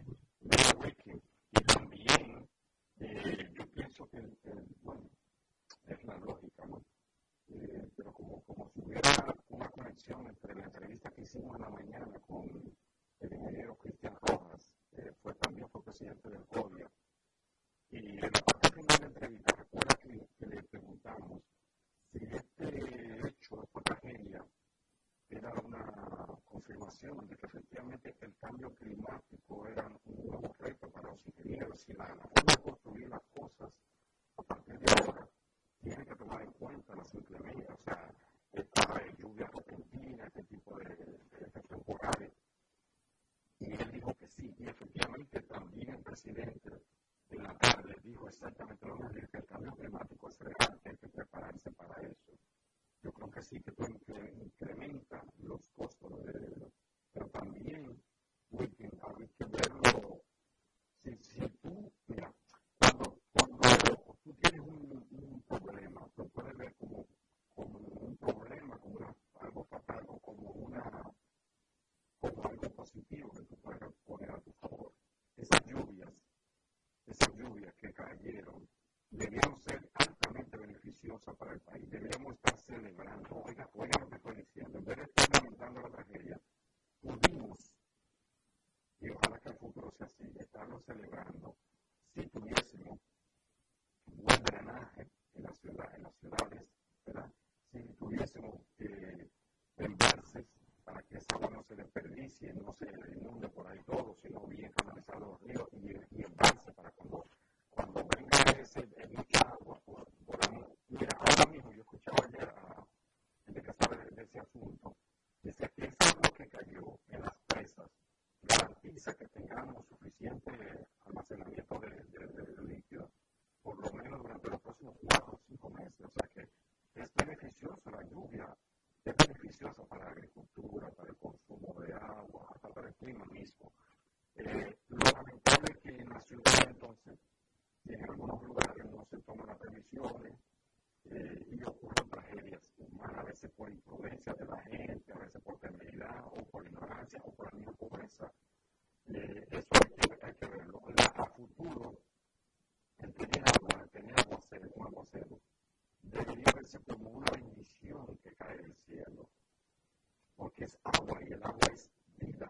Y también, yo pienso que, bueno, es la lógica, ¿no? Pero como si hubiera una conexión entre la entrevista que hicimos en la mañana con el ingeniero Cristian Rojas, también fue presidente del CODIA, y en la parte final de la entrevista, recuerda que le preguntamos si este hecho, esta tragedia, era una confirmación de que efectivamente el cambio climático era un nuevo reto para los ingenieros y la forma de construir las cosas a partir de ahora tiene que tomar en cuenta las inclemencias, o sea, esta lluvia repentina, este tipo de temporales. Y él dijo que sí, y efectivamente también el presidente en la tarde dijo exactamente lo mismo, que el cambio climático es real, que hay que prepararse para eso. Yo creo que sí, que tú incrementa los costos, pero también hay que verlo. Si tú, mira, cuando tú tienes un problema, lo puedes ver como un problema, como algo fatal o como algo positivo que tú puedes poner a tu favor. Esas lluvias que cayeron debieron ser altamente beneficiosas para el país. Deberíamos estar celebrando. Oiga lo que estoy diciendo. En vez de estar lamentando la tragedia, pudimos, y ojalá que el futuro sea así, estarlo celebrando si tuviésemos buen drenaje en las ciudades, ¿verdad? Si tuviésemos embalses para que esa agua no se desperdicie, no se inunde por ahí todo, sino bien canalizados los ríos y embalses para cuando venga mucha agua, mira, ahora mismo yo escuchaba ayer a gente que sabe de ese asunto, decía que esa agua que cayó en las presas garantiza que tengamos suficiente almacenamiento de líquido, por lo menos durante los próximos 4 o 5 meses. O sea que es beneficioso la lluvia, es beneficiosa para la agricultura, para el consumo de agua, hasta para el clima mismo. Lo lamentable es que en la ciudad entonces, en algunos lugares no se toman las previsiones y ocurren tragedias humanas, a veces por imprudencia de la gente, a veces por temeridad o por ignorancia o por la misma pobreza. Eso hay que verlo. A futuro, el tener un aguacero, debería verse como una bendición que cae del cielo, porque es agua y el agua es vida.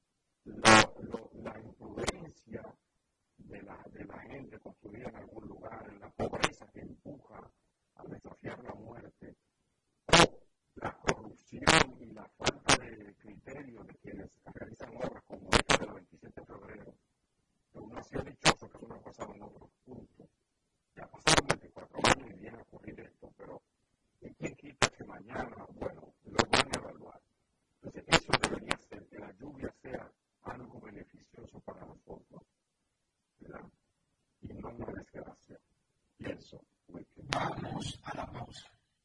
La imprudencia de la gente construida en algún lugar, en la pobreza que empuja a desafiar la muerte, o la corrupción y la falta de criterio de quienes realizan obras como esta del 27 de febrero. Uno ha sido dichoso que eso no ha pasado en otros puntos. Ya pasaron 24 años y viene a ocurrir esto, pero ¿quién quita que mañana, bueno, lo van a evaluar? Entonces, eso debería ser, que la lluvia sea algo beneficioso para nosotros, ¿verdad? Y no una desgracia. Pienso. Vamos a la pausa.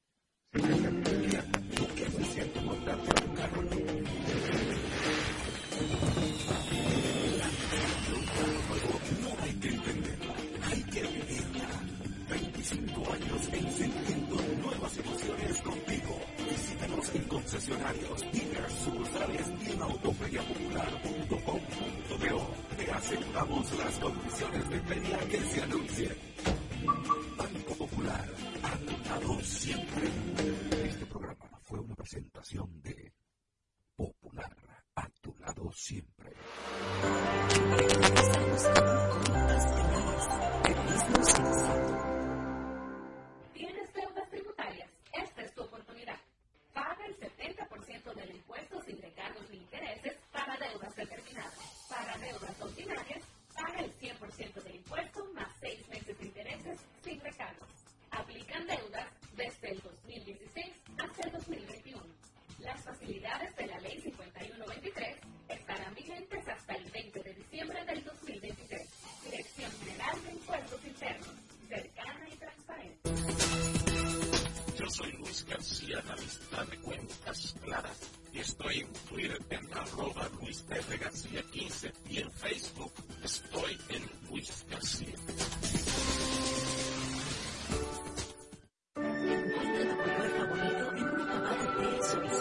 No hay que entenderla, hay que vivirla. 25 años encendiendo nuevas emociones contigo. Visítanos en concesionarios, dealers, sucursales y en autoferiapopular.com.do. Te aseguramos las condiciones de feria que se anuncien. Banco Popular, a tu lado siempre. Este programa fue una presentación de Popular, a tu lado siempre. ¿Tienes deudas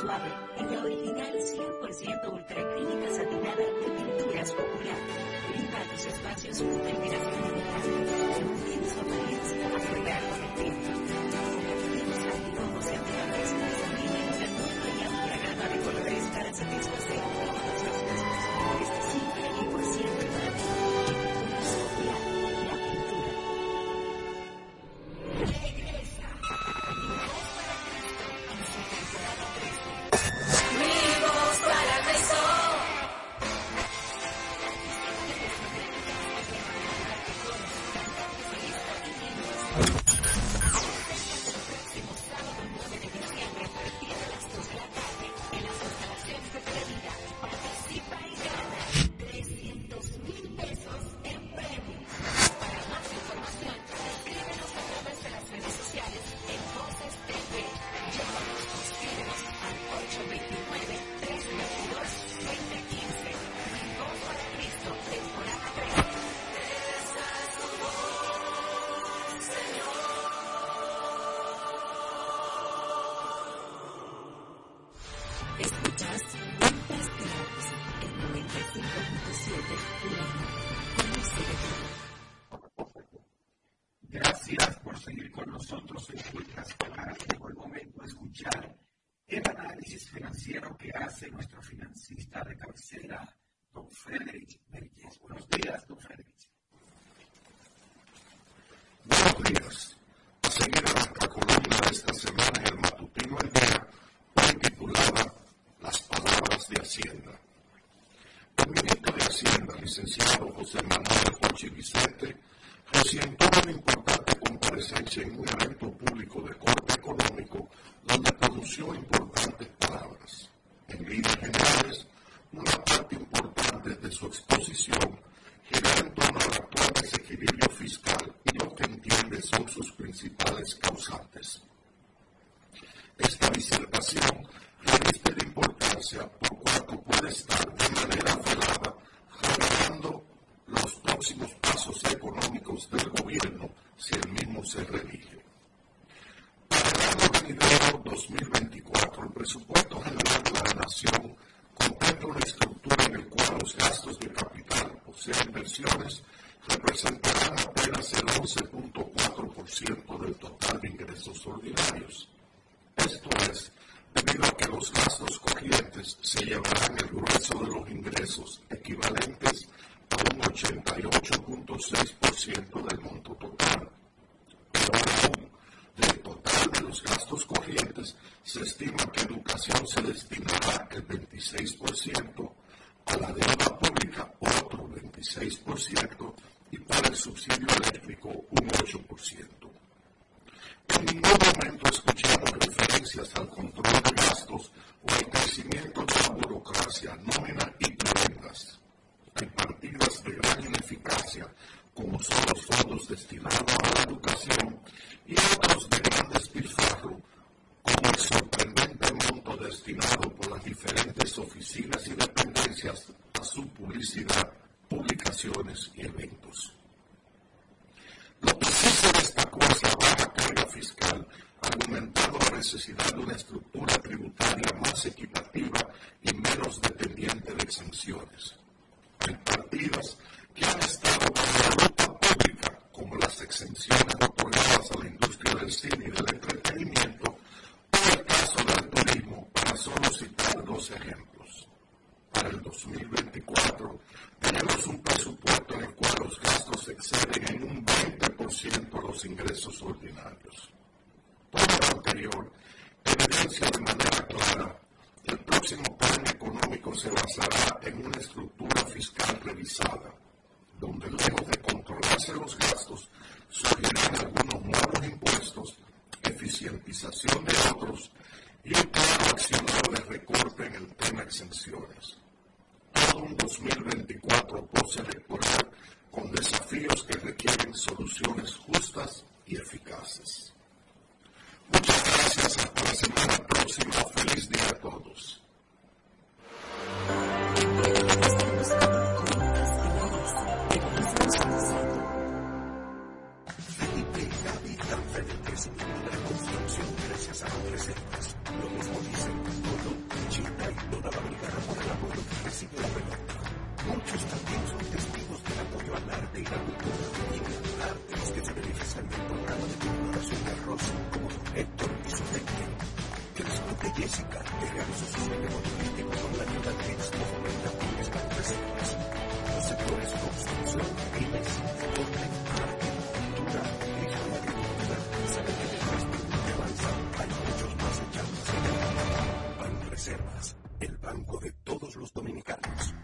suave y la original 100% ultraclínica satinada de Pinturas Popular. Brinda a tus espacios una terminación única. No tienes apariencia a agregar con el tiempo. Con antirrojos y antibalas, disponible una nueva y amplia gama de colores para satisfacer todos los gustos. Este siempre y por siempre para ti. Pinturas Popular, la pintura. Regresa. Vivos para Cristo. Gracias por seguir con nosotros en Cuentas Claras. Llegó el momento de escuchar el análisis financiero que hace nuestro financista de cabecera, don Frederick Berges. Buenos días, don Frederick. Buenos días. A seguir a nuestra columna de esta semana en el matutino El Día, hoy titulada Las palabras de Hacienda. El ministro de Hacienda, licenciado José Manuel Jochi Vicente, presentó una importante comparecencia en un evento público de corte económico donde pronunció importantes palabras. En líneas generales, una parte importante de su exposición gira en torno al actual desequilibrio fiscal y lo que entiende son sus principales causantes. Esta disertación reviste de importancia por cuanto puede estar de manera velada revelando los próximos pasos económicos del gobierno si el mismo se reelige. Para el año venidero 2024, el presupuesto general de la Nación contempla una estructura en la cual los gastos de capital, o sea, inversiones, representarán apenas el 11.4% del total de ingresos ordinarios. Esto es, debido a que los gastos corrientes se llevarán el grueso de los ingresos, equivalentes a un 88.6% del monto total. Pero aún, del total de los gastos corrientes, se estima que educación se destinará el 26%, a la deuda pública otro 26% y para el subsidio eléctrico un 8%. En ningún momento escuchamos referencias al control de gastos o al crecimiento de la burocracia, nómina y prebendas. Hay partidas de gran ineficacia, como son los fondos destinados a la educación, y otros de gran despilfarro, como el sorprendente monto destinado por las diferentes oficinas y dependencias a su publicidad, publicaciones y eventos. Lo que sí se destacó es la baja carga fiscal, argumentando la necesidad de una estructura tributaria más equitativa y menos dependiente de exenciones. Hay partidas que han estado bajo la lupa pública, como las exenciones otorgadas a la industria del cine y del entretenimiento, o el caso del turismo, para solo citar dos ejemplos. Para el 2024 tenemos un presupuesto en el cual los gastos exceden en un 20% los ingresos ordinarios. Todo lo anterior evidencia de manera clara que el próximo plan económico se basará en una estructura fiscal revisada, donde lejos de controlarse los gastos, surgirán algunos nuevos impuestos, eficientización de otros y un claro accionado de recorte en el tema exenciones. Todo un 2024 postelectoral con desafíos que requieren soluciones justas y eficaces. Muchas gracias. Hasta la semana próxima. Feliz día a todos. Felipe Gaby Danfeld, presidente de la construcción gracias a las reservas. Lo mismo dicen, agricultura, artes que se benefician del programa de colaboración de arroz, como don Héctor y su gente. Que disfrute Jessica, que realizó su sueño turístico con la ayuda de Expo Fomenta Pymes Banreservas. Los sectores construcción, pymes, deporte, arte, cultura, turismo y agricultura saben que detrás de un que avanza hay muchos más echando hacia allá. Banreservas, el banco de todos los dominicanos.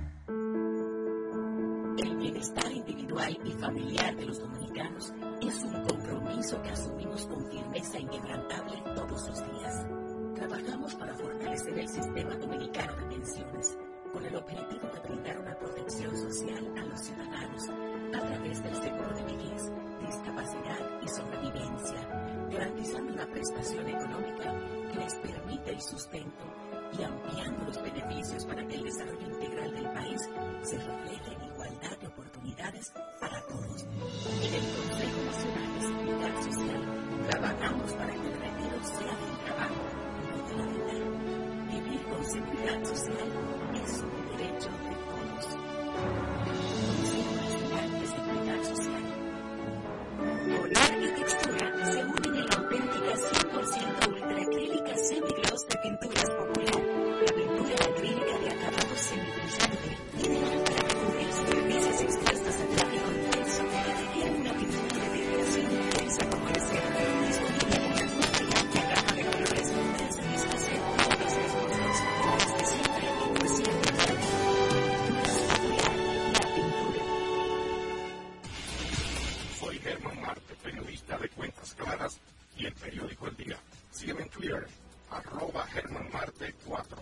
El bienestar individual y familiar de los dominicanos es un compromiso que asumimos con firmeza inquebrantable todos los días. Trabajamos para fortalecer el sistema dominicano de pensiones con el objetivo de brindar una protección social a los ciudadanos a través del seguro de vejez, discapacidad y sobrevivencia, garantizando una prestación económica que les permite el sustento y ampliando los beneficios para que el desarrollo integral del país se refleje en igualdad de oportunidades para todos. En el Consejo Nacional de Seguridad Social trabajamos para que el retiro sea del trabajo, no de la vida. Vivir con seguridad social es un derecho de todos. Consejo Nacional de Seguridad Social. Color y textura se unen en la auténtica 100% ultraacrílica semigloss de Pinturas Popular. La pintura acrílica de acabado semibrillante, ideal para cubrir superficies expuestas a tráfico intenso que requieren una pintura de decoración intensa como el acero, disponible en una amplia gama de colores desde listas de todos los gustos, desde siempre y por siempre. Pinturas Popular, la pintura. Soy Germán Marte, periodista de Cuentas Claras y el periódico El Día. Sígueme en Twitter, @GermánMarte4.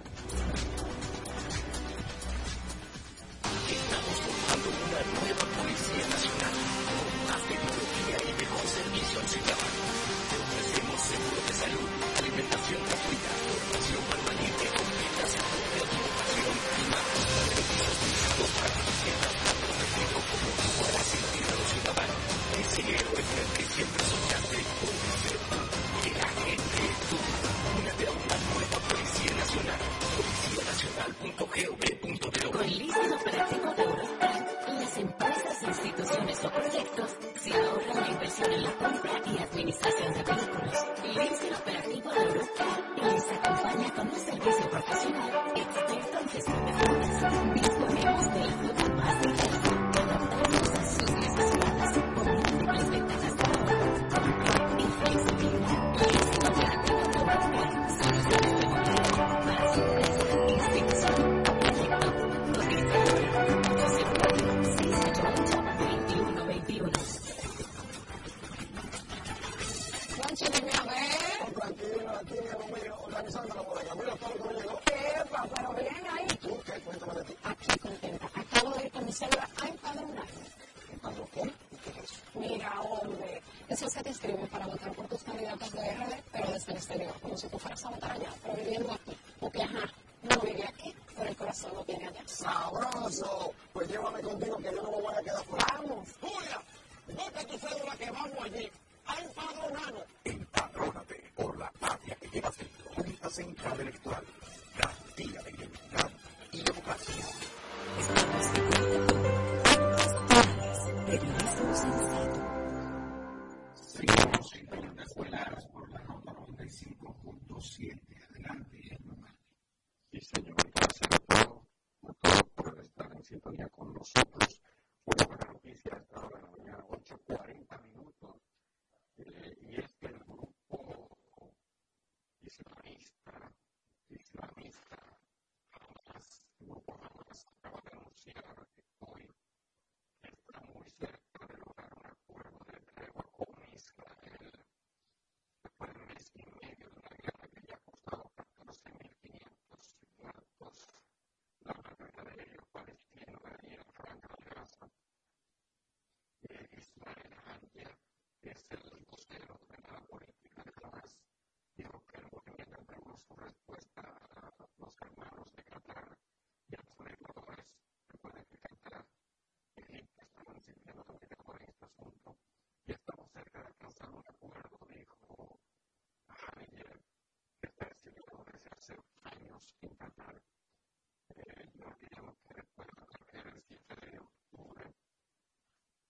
Estamos formando una nueva Policía Nacional con más tecnología y mejor servicio al ciudadano. Te ofrecemos seguro de salud, alimentación gratuita, formación permanente completa, seguro de automoción y más beneficios pensados para que sientas tan protegido como tú puedas sentir a los ciudadanos. Ese héroe con el que siempre soñaste puede ser tú, el agente tú. Únete a una nueva Policía Nacional, policianacional.gov.do. Con Leasing Operativo de Eurostar, las empresas, instituciones o proyectos se ahorran la inversión en la compra y administración de vehículos. Leasing Operativo de Eurostar les acompaña con un servicio profesional experto en gestión de flotas. Disponemos de la flota más diversa, adaptarnos a sus necesidades con múltiples ventajas de ahorro y flexibilidad. Leasing Operativo de Eurostar, soluciones de movilidad para su empresa, institución o proyecto. Juancho, dime a ver. Tranquilo, aquí organizando la bodega. Mira todo lo que me llegó. Epa, pero bien ahí. ¿Tú qué? Cuéntame de ti. Aquí contenta. Acabo de ir con mi cédula a empadronarme. ¿Empadrón qué? ¿Qué es eso? Mira, hombre, eso es que te inscriben para votar por tus candidatos de RD, pero desde el exterior, como si tú fueras a votar allá, pero viviendo aquí. Porque, no vive aquí, pero el corazón no tiene allá. ¡Sabroso! Pues llévame contigo que yo no me voy a quedar fuera. Vamos. Julia, busca tu cédula que vamos allí a empadronarnos. Empadrónate por la patria que llevas dentro. Junta Central Electoral. Garantía de identidad y democracia. Estamos de acuerdo. Periodismo sensato. Seguimos en Preguntas Escolares por la nota 95.7. Adelante, hermano. Sí, señor, gracias a todos por estar en sintonía con nosotros. Una buena noticia a esta hora de la mañana, 8:40 minutos. Y es que el grupo islamista, Hamas, el grupo Hamas acaba de anunciar hoy que está muy cerca de lograr un acuerdo de tregua con Israel después de un mes y medio de una guerra que ya ha costado 14.500 muertos, la mayoría de ellos palestinos de allí en la Franja de Gaza. Ismael Haniyeh, que es el vocero de la política de Hamas, dijo que el movimiento entregó su respuesta a los hermanos de Qatar y a los negociadores. Recuerden que Qatar y Egipto estaban sirviendo de mediadores en este asunto y estamos cerca de alcanzar un acuerdo, dijo Haniyeh, que está exiliado desde hace años en Qatar. No olvidemos que después de la tragedia del 7 de octubre,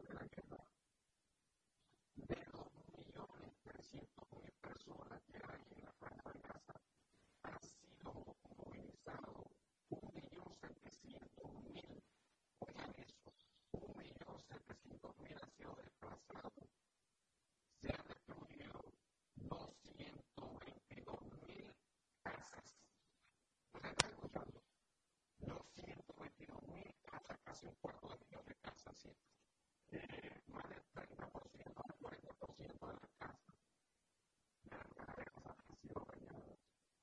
de la guerra, de 2.300.000 personas que hay en la franja de Gaza, han sido movilizados 1.700.000. Oigan eso, 1.700.000 han sido desplazados. Se han destruido 222.000 casas. ¿Usted está escuchando? 222.000 casas, casi un cuarto de millón de casas, ¿sí? Más del 30%, el 40% de las casas han sido dañadas.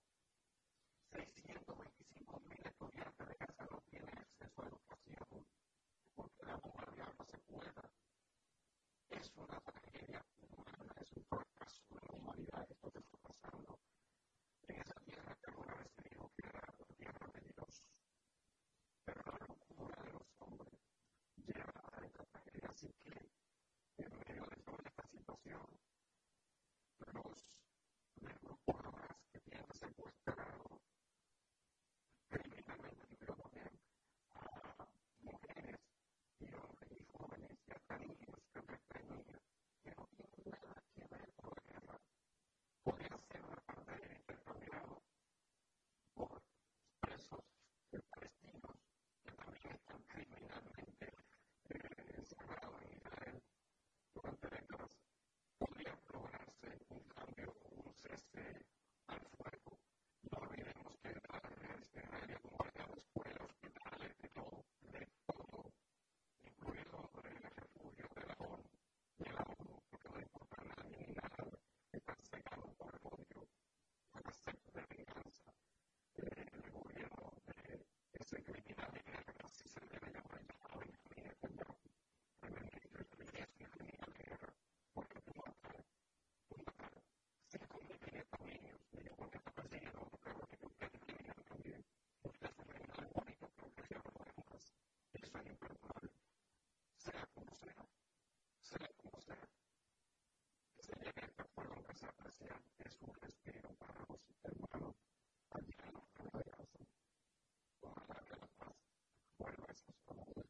625.000 estudiantes de Gaza no tienen acceso a educación porque la bombardeada se pueda. Es una tragedia humana, es un fracaso de la humanidad esto que está pasando en esa tierra que alguna vez se dijo que era la tierra de Dios. Pero la locura de los hombres lleva a esta tragedia. Así que, en medio de toda esta situación, los grupos Hamas que tienen secuestrado criminalmente, pero también a mujeres y hombres y jóvenes y hasta niños, creo que hasta niños, que no tienen nada que ver con la guerra, podrían ser una parte intercambiada por presos palestinos que también están criminalmente encerrados en Israel durante décadas. Podría lograrse un cambio, un cese al fuego. No olvidemos que Israel ha bombardeado escuelas, hospitales, de todo, incluido el refugio de la ONU, porque no importa a nadie ni nada, están cegados por el odio, por la sed de venganza. El gobierno de ese criminal de guerra, así se debe llamar ya a Benjamín Netanyahu, primer ministro de Israel, es un criminal de guerra, porque tú matar 5.500 niños, porque está persiguiendo a otro pueblo que usted es criminal también. Usted es un criminal bonito, pero que se habla de demás. Eso es imperdonable. Sea como sea, que se llegue a este acuerdo que se aprecia, es un respiro para los hermanos allá en la franja de Gaza. Ojalá que la paz vuelva a esos favores.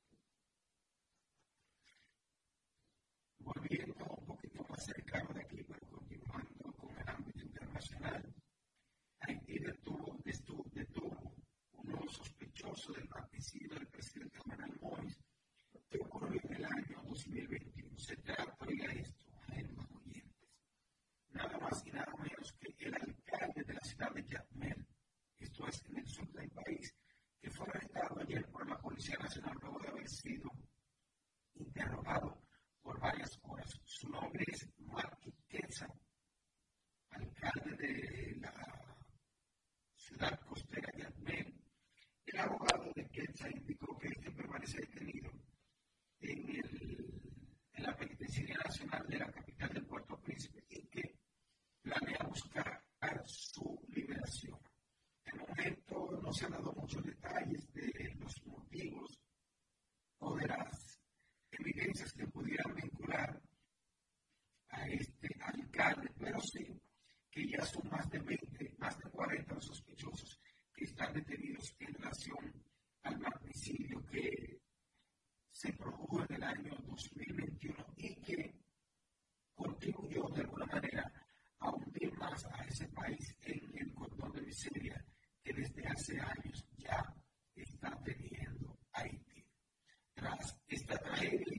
Volviendo un poquito más cercano de aquí, pero continuando con el ámbito internacional, Haití detuvo unos sospechosos del magnicidio del presidente Jovenel Moïse, que ocurrió en el año 2021. Se trata, oiga esto, hermanos oyentes, nada más y nada menos que el alcalde de la ciudad de Jacmel, esto es en el sur del país, que fue arrestado ayer por la Policía Nacional luego de haber sido interrogado por varias horas. Su nombre es Marky Quetzal, alcalde de la ciudad costera de Jacmel. El abogado de Quetzal indicó que este permanece detenido en la Penitenciaría Nacional de la capital del Puerto Príncipe y que planea buscar su liberación. De momento no se han dado muchos detalles de los motivos o de las evidencias que pudieran vincular a este alcalde, pero sí que ya son más de 40 sospechosos que están detenidos en relación al magnicidio que se produjo en el año 2021 y que contribuyó de alguna manera a hundir más a ese país en el cordón de miseria que desde hace años ya está teniendo Haití. Tras esta tragedia,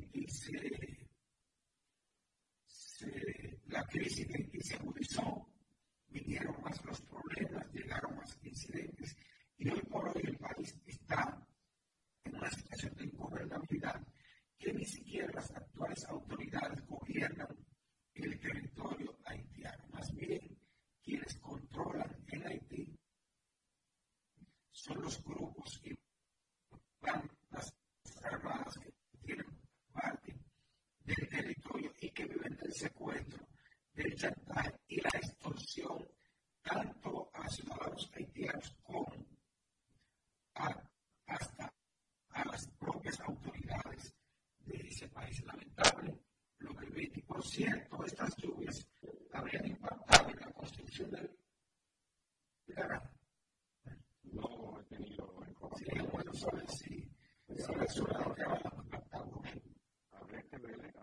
la crisis de Haití se agudizó, vinieron más los problemas, llegaron más incidentes y hoy por hoy el país está en una situación de ingobernabilidad que ni siquiera las actuales autoridades gobiernan el territorio haitiano. Más bien, quienes controlan en Haití son los grupos y bandas armadas que tienen parte del territorio y que viven del secuestro, del chantaje y la extorsión tanto a ciudadanos haitianos como hasta a las propias autoridades de ese país. Lamentable lo que vi. Y por cierto, estas lluvias habrían impactado en la construcción del canal. No he tenido información. Sería bueno saber si la zona de trabajo ha impactado. Habría que ver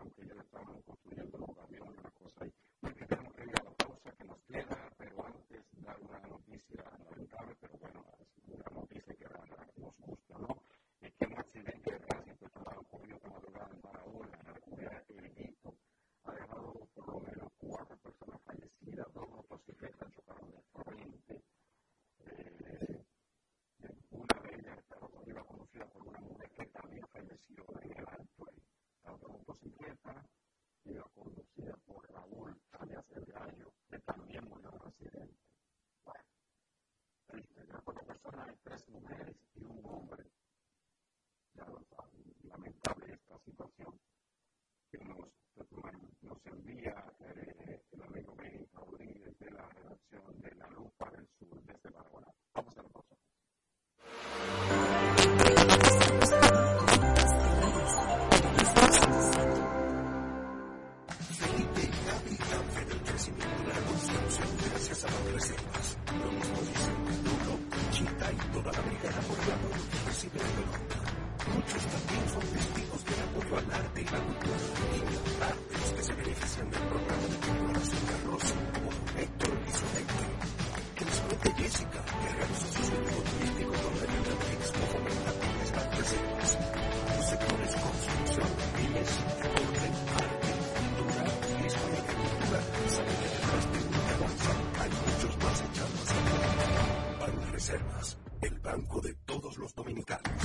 Partes que se benefician del programa de colaboración de Rosso, como Héctor y Sonector. Que nos cuente Jessica, que realiza su centro turístico donde la Expo fomenta bienestar presentes. Los sectores construcción, pymes, deporte, arte, cultura, turismo y agricultura salen detrás de una balanza. Hay muchos más echados a la Banreservas, el banco de todos los dominicanos.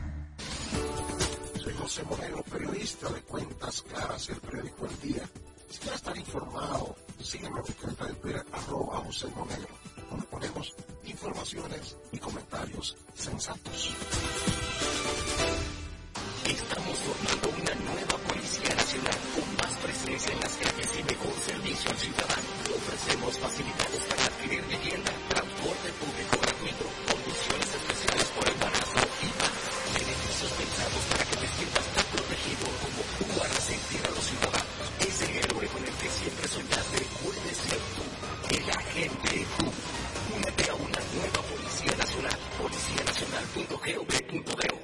Soy José Monero, periodista de Cuentas Claras, el periódico El Día. Si quieres estar informado, sígueme en mi cuenta de Twitter, @José Monero, donde ponemos informaciones y comentarios sensatos. Estamos formando una nueva Policía Nacional con más presencia en las calles y mejor servicio al ciudadano. Ofrecemos facilidades para adquirir vivienda, transporte público gratuito, condiciones especiales por embarazo y más. Beneficios pensados para que te sientas tan protegido como tú harás sentir a los ciudadanos. Ese héroe con el que siempre soñaste puede ser tú, el agente tú. Únete a una nueva Policía Nacional, policianacional.gov.do.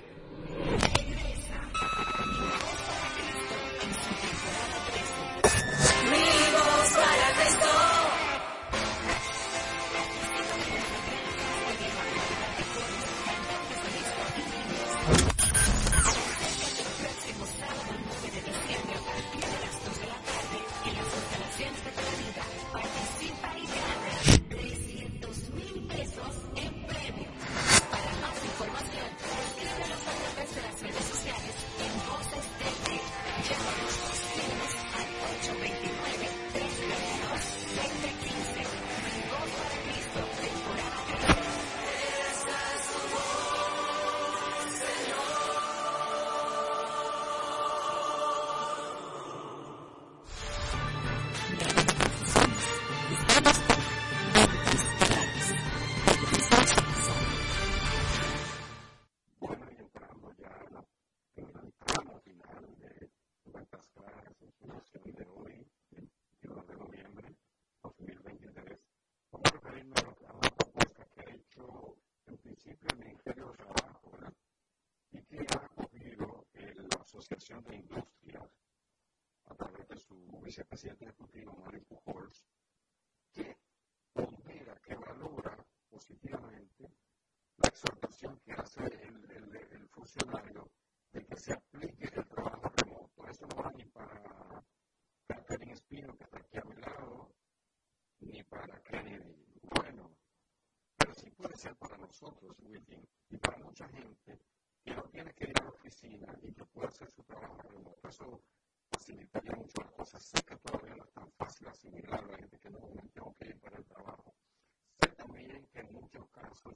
Asociación de Industrias, a través de su vicepresidente ejecutivo, Mario Pujols, que pondera, que valora positivamente la exhortación que hace el funcionario de que se aplique el trabajo remoto. Eso no va ni para Catherine Espino, que está aquí a mi lado, ni para Kennedy. Bueno, pero sí puede ser para nosotros, Wilkin, y para mucha gente que no tiene que ir a la oficina y que puede hacer su trabajo remoto. Eso facilitaría mucho las cosas. Sé que todavía no es tan fácil asimilar a la gente que no tengo que ir para el trabajo. Sé también que en muchos casos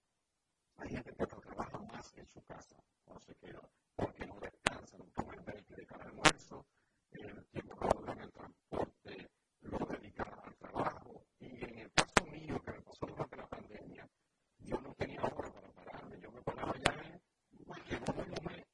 hay gente que trabaja más en su casa cuando se queda, porque no descansa, no toma el break de cada almuerzo, el tiempo que lo en el transporte lo dedica al trabajo. Y en el caso mío, que me pasó durante la pandemia, yo no tenía hora para pararme. Yo me paraba ya en un momento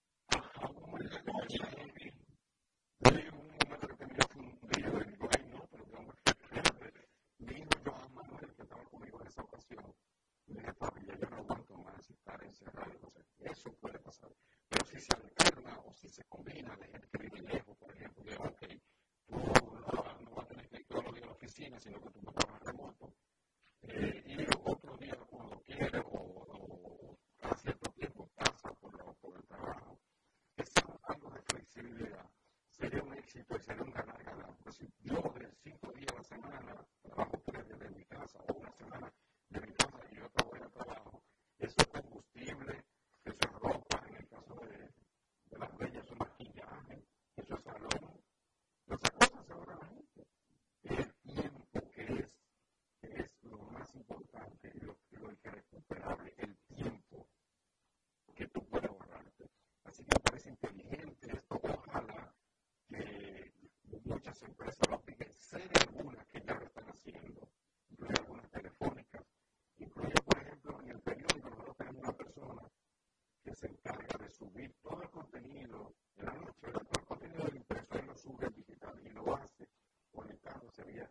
que tenía fundido y digo, ay no, pero tengo que fíjate. Mi hijo Joan Manuel, que estaba conmigo en esa ocasión, le dije, papi, ya yo no aguanto más estar encerrado. Entonces, eso puede pasar. Pero si se alterna o si se combina de gente que vive lejos, por ejemplo, de ok, tú no vas a tener que ir todos los días a la oficina, sino que tú vas a trabajar remoto. Y otro día cuando quieres o cada cierto tiempo pasa por el trabajo. Algo de flexibilidad sería un éxito y sería un ganar-ganar. Pues si yo de 5 días a la semana trabajo 3 días de mi casa o una semana de mi casa y otra voy al trabajo, eso es combustible, eso es ropa, en el caso de las bellas es maquillaje, eso es salón, esas cosas se ahorran la gente. El tiempo que es lo más importante y lo irrecuperable, el tiempo que tú puedes ahorrarte. Así que me parece inteligente esto. Ojalá que muchas empresas lo apliquen. Sé de algunas que ya lo están haciendo, incluye algunas telefónicas, incluye, por ejemplo, en el periódico nosotros tenemos una persona que se encarga de subir todo el contenido en la noche, todo el contenido del impreso, él lo sube en digital y lo hace conectándose vía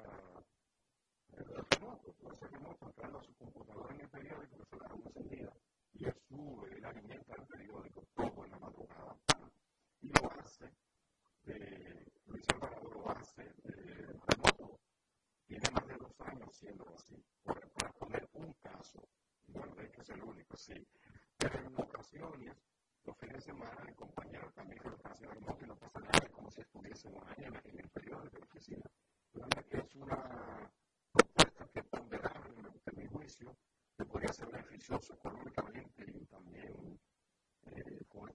remoto, puede ser remoto, entrando a su computadora en el periódico, que se la dejamos encendida, y él sube, él alimenta el periódico todo en la madrugada, y lo hace Luis Alvarado lo hace remoto. Tiene más de 2 años haciéndolo así. Para poner un caso, bueno, hay que ser el único, sí. Pero en ocasiones, los fines de semana, el compañero también lo está haciendo remoto y no pasa nada, como si estuviese un año en el periodo de la oficina. La verdad que es una propuesta que es ponderable en mi juicio, que podría ser beneficioso económicamente y también con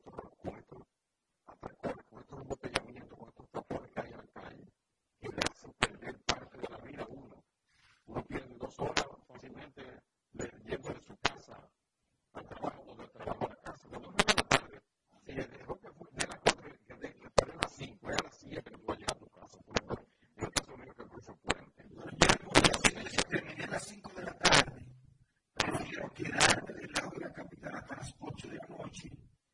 estos embotellamientos, con estos tapones que hay en la calle, que le hacen perder parte de la vida a uno. Uno pierde 2 horas fácilmente yendo de su casa al trabajo o del trabajo a la casa. Cuando uno llega a la tarde, si dejó que fue de las 4, después de las 5, es a las 7 que tú vas a llegar a tu casa. En el caso mío que cruzo puente. Yo terminé a las 5 de la tarde, pero quiero quedarme del lado de la capital hasta las 8 de la noche.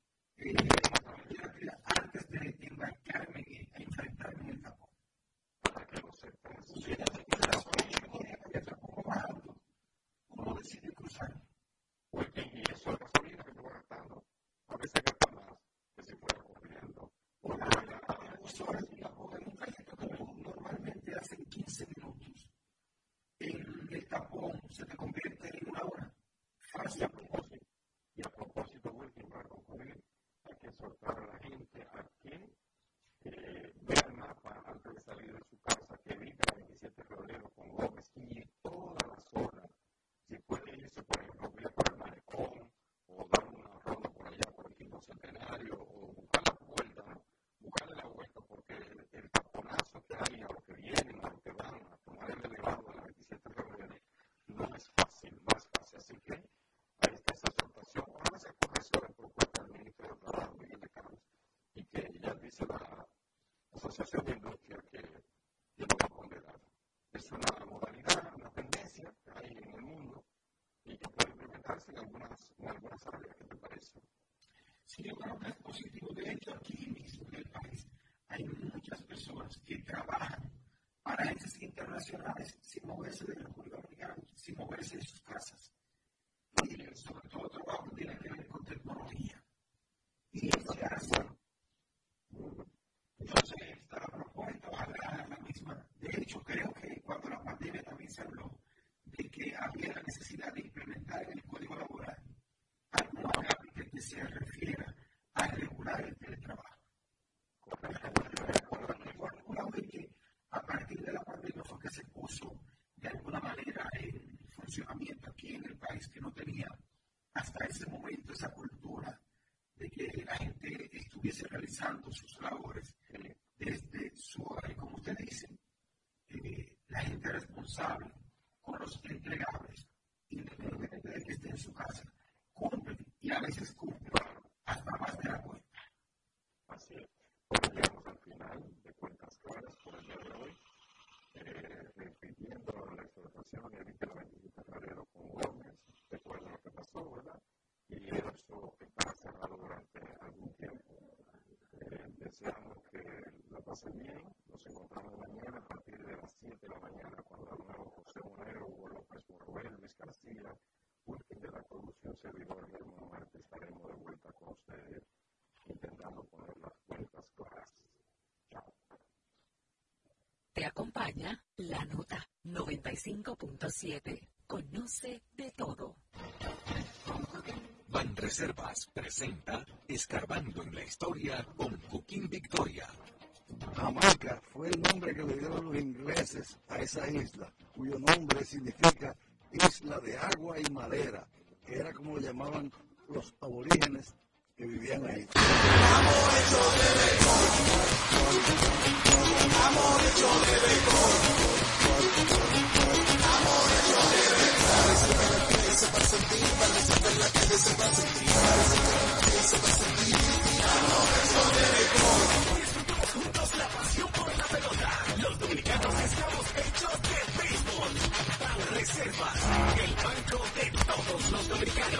Antes de embarcarme a enfrentarme en el tapón. Para que lo sepas. Si ya te queda las 8 y media, que ya está poco bajando, uno decide cruzar. Y eso es gasolina que te va gastando. A veces gasta más que si fuera corriendo. Por las 2 horas, digamos, en un trayecto que normalmente hacen 15 minutos, en el tapón se te convierte en 1 hora. Fácil. Y a propósito, Wilkin, para concluir, hay que soltar a la gente a que vea el mapa antes de salir de su casa, que evite el 27 de febrero con Gómez y toda la zona. Si puede irse, por ejemplo, vía por el Malecón o dar una ronda por allá por el Quinto Centenario o buscar la vuelta, ¿no? Buscarle la vuelta porque el taponazo que hay a los que vienen, a los que van a tomar el elevado del 27 de febrero no es fácil, no es fácil. Así que ahí está esa exhortación. Ahora se corrección en propuesta del ministro de Trabajo, Miguel de Campos, y que ya dice la Asociación de Industria que lo va a ponderar. Es una modalidad, una tendencia que hay en el mundo y que puede implementarse en algunas áreas. ¿Qué te parece? Sí, yo creo que es positivo. De hecho, aquí mismo en el país hay muchas personas que trabajan para agencias internacionales sin moverse de la República Dominicana, sin moverse de sus casas. Y sobre todo trabajo que tiene que ver con tecnología. Y esto se hace. Entonces, está la propuesta, ojalá la misma. De hecho, creo que cuando la pandemia también se habló de que había la necesidad de implementar en el Código Laboral alguna práctica que se refiera a regular el teletrabajo. Una vez que a partir de la pandemia fue que se puso de alguna manera en funcionamiento aquí en el país, que no tenía hasta ese momento esa cultura de que la gente estuviese realizando sus labores desde su hogar. Y como usted dice, la gente responsable con los entregables, independientemente de que esté en su casa, cumplen y a veces cumplen hasta más de la cuenta. Así es. Bueno, llegamos al final de Cuentas Claras por el día de hoy. Repitiendo la exhortación, evite el 27 de febrero con Gómez. Recuerda lo que pasó, ¿verdad? Y eso está cerrado durante algún tiempo. Deseamos que la pasen bien. Nos encontramos mañana a partir de las 7 de la mañana cuando de nuevo José Monero, Hugo López Morrobel, Luis García, Wilkin de la Producción, servidor Germán Marte, estaremos de vuelta con ustedes intentando poner las cuentas claras. Chao. Te acompaña la nota 95.7. Conoce de todo. Banreservas presenta Escarbando en la Historia con Joaquín Victoria. Jamaica fue el nombre que le dieron los ingleses a esa isla, cuyo nombre significa isla de agua y madera, que era como lo llamaban los aborígenes que vivían ahí. Los dominicanos estamos hechos de béisbol. Banreservas, el banco de todos los dominicanos.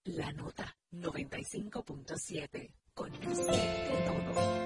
La Nota 95.7. Conoce de todo.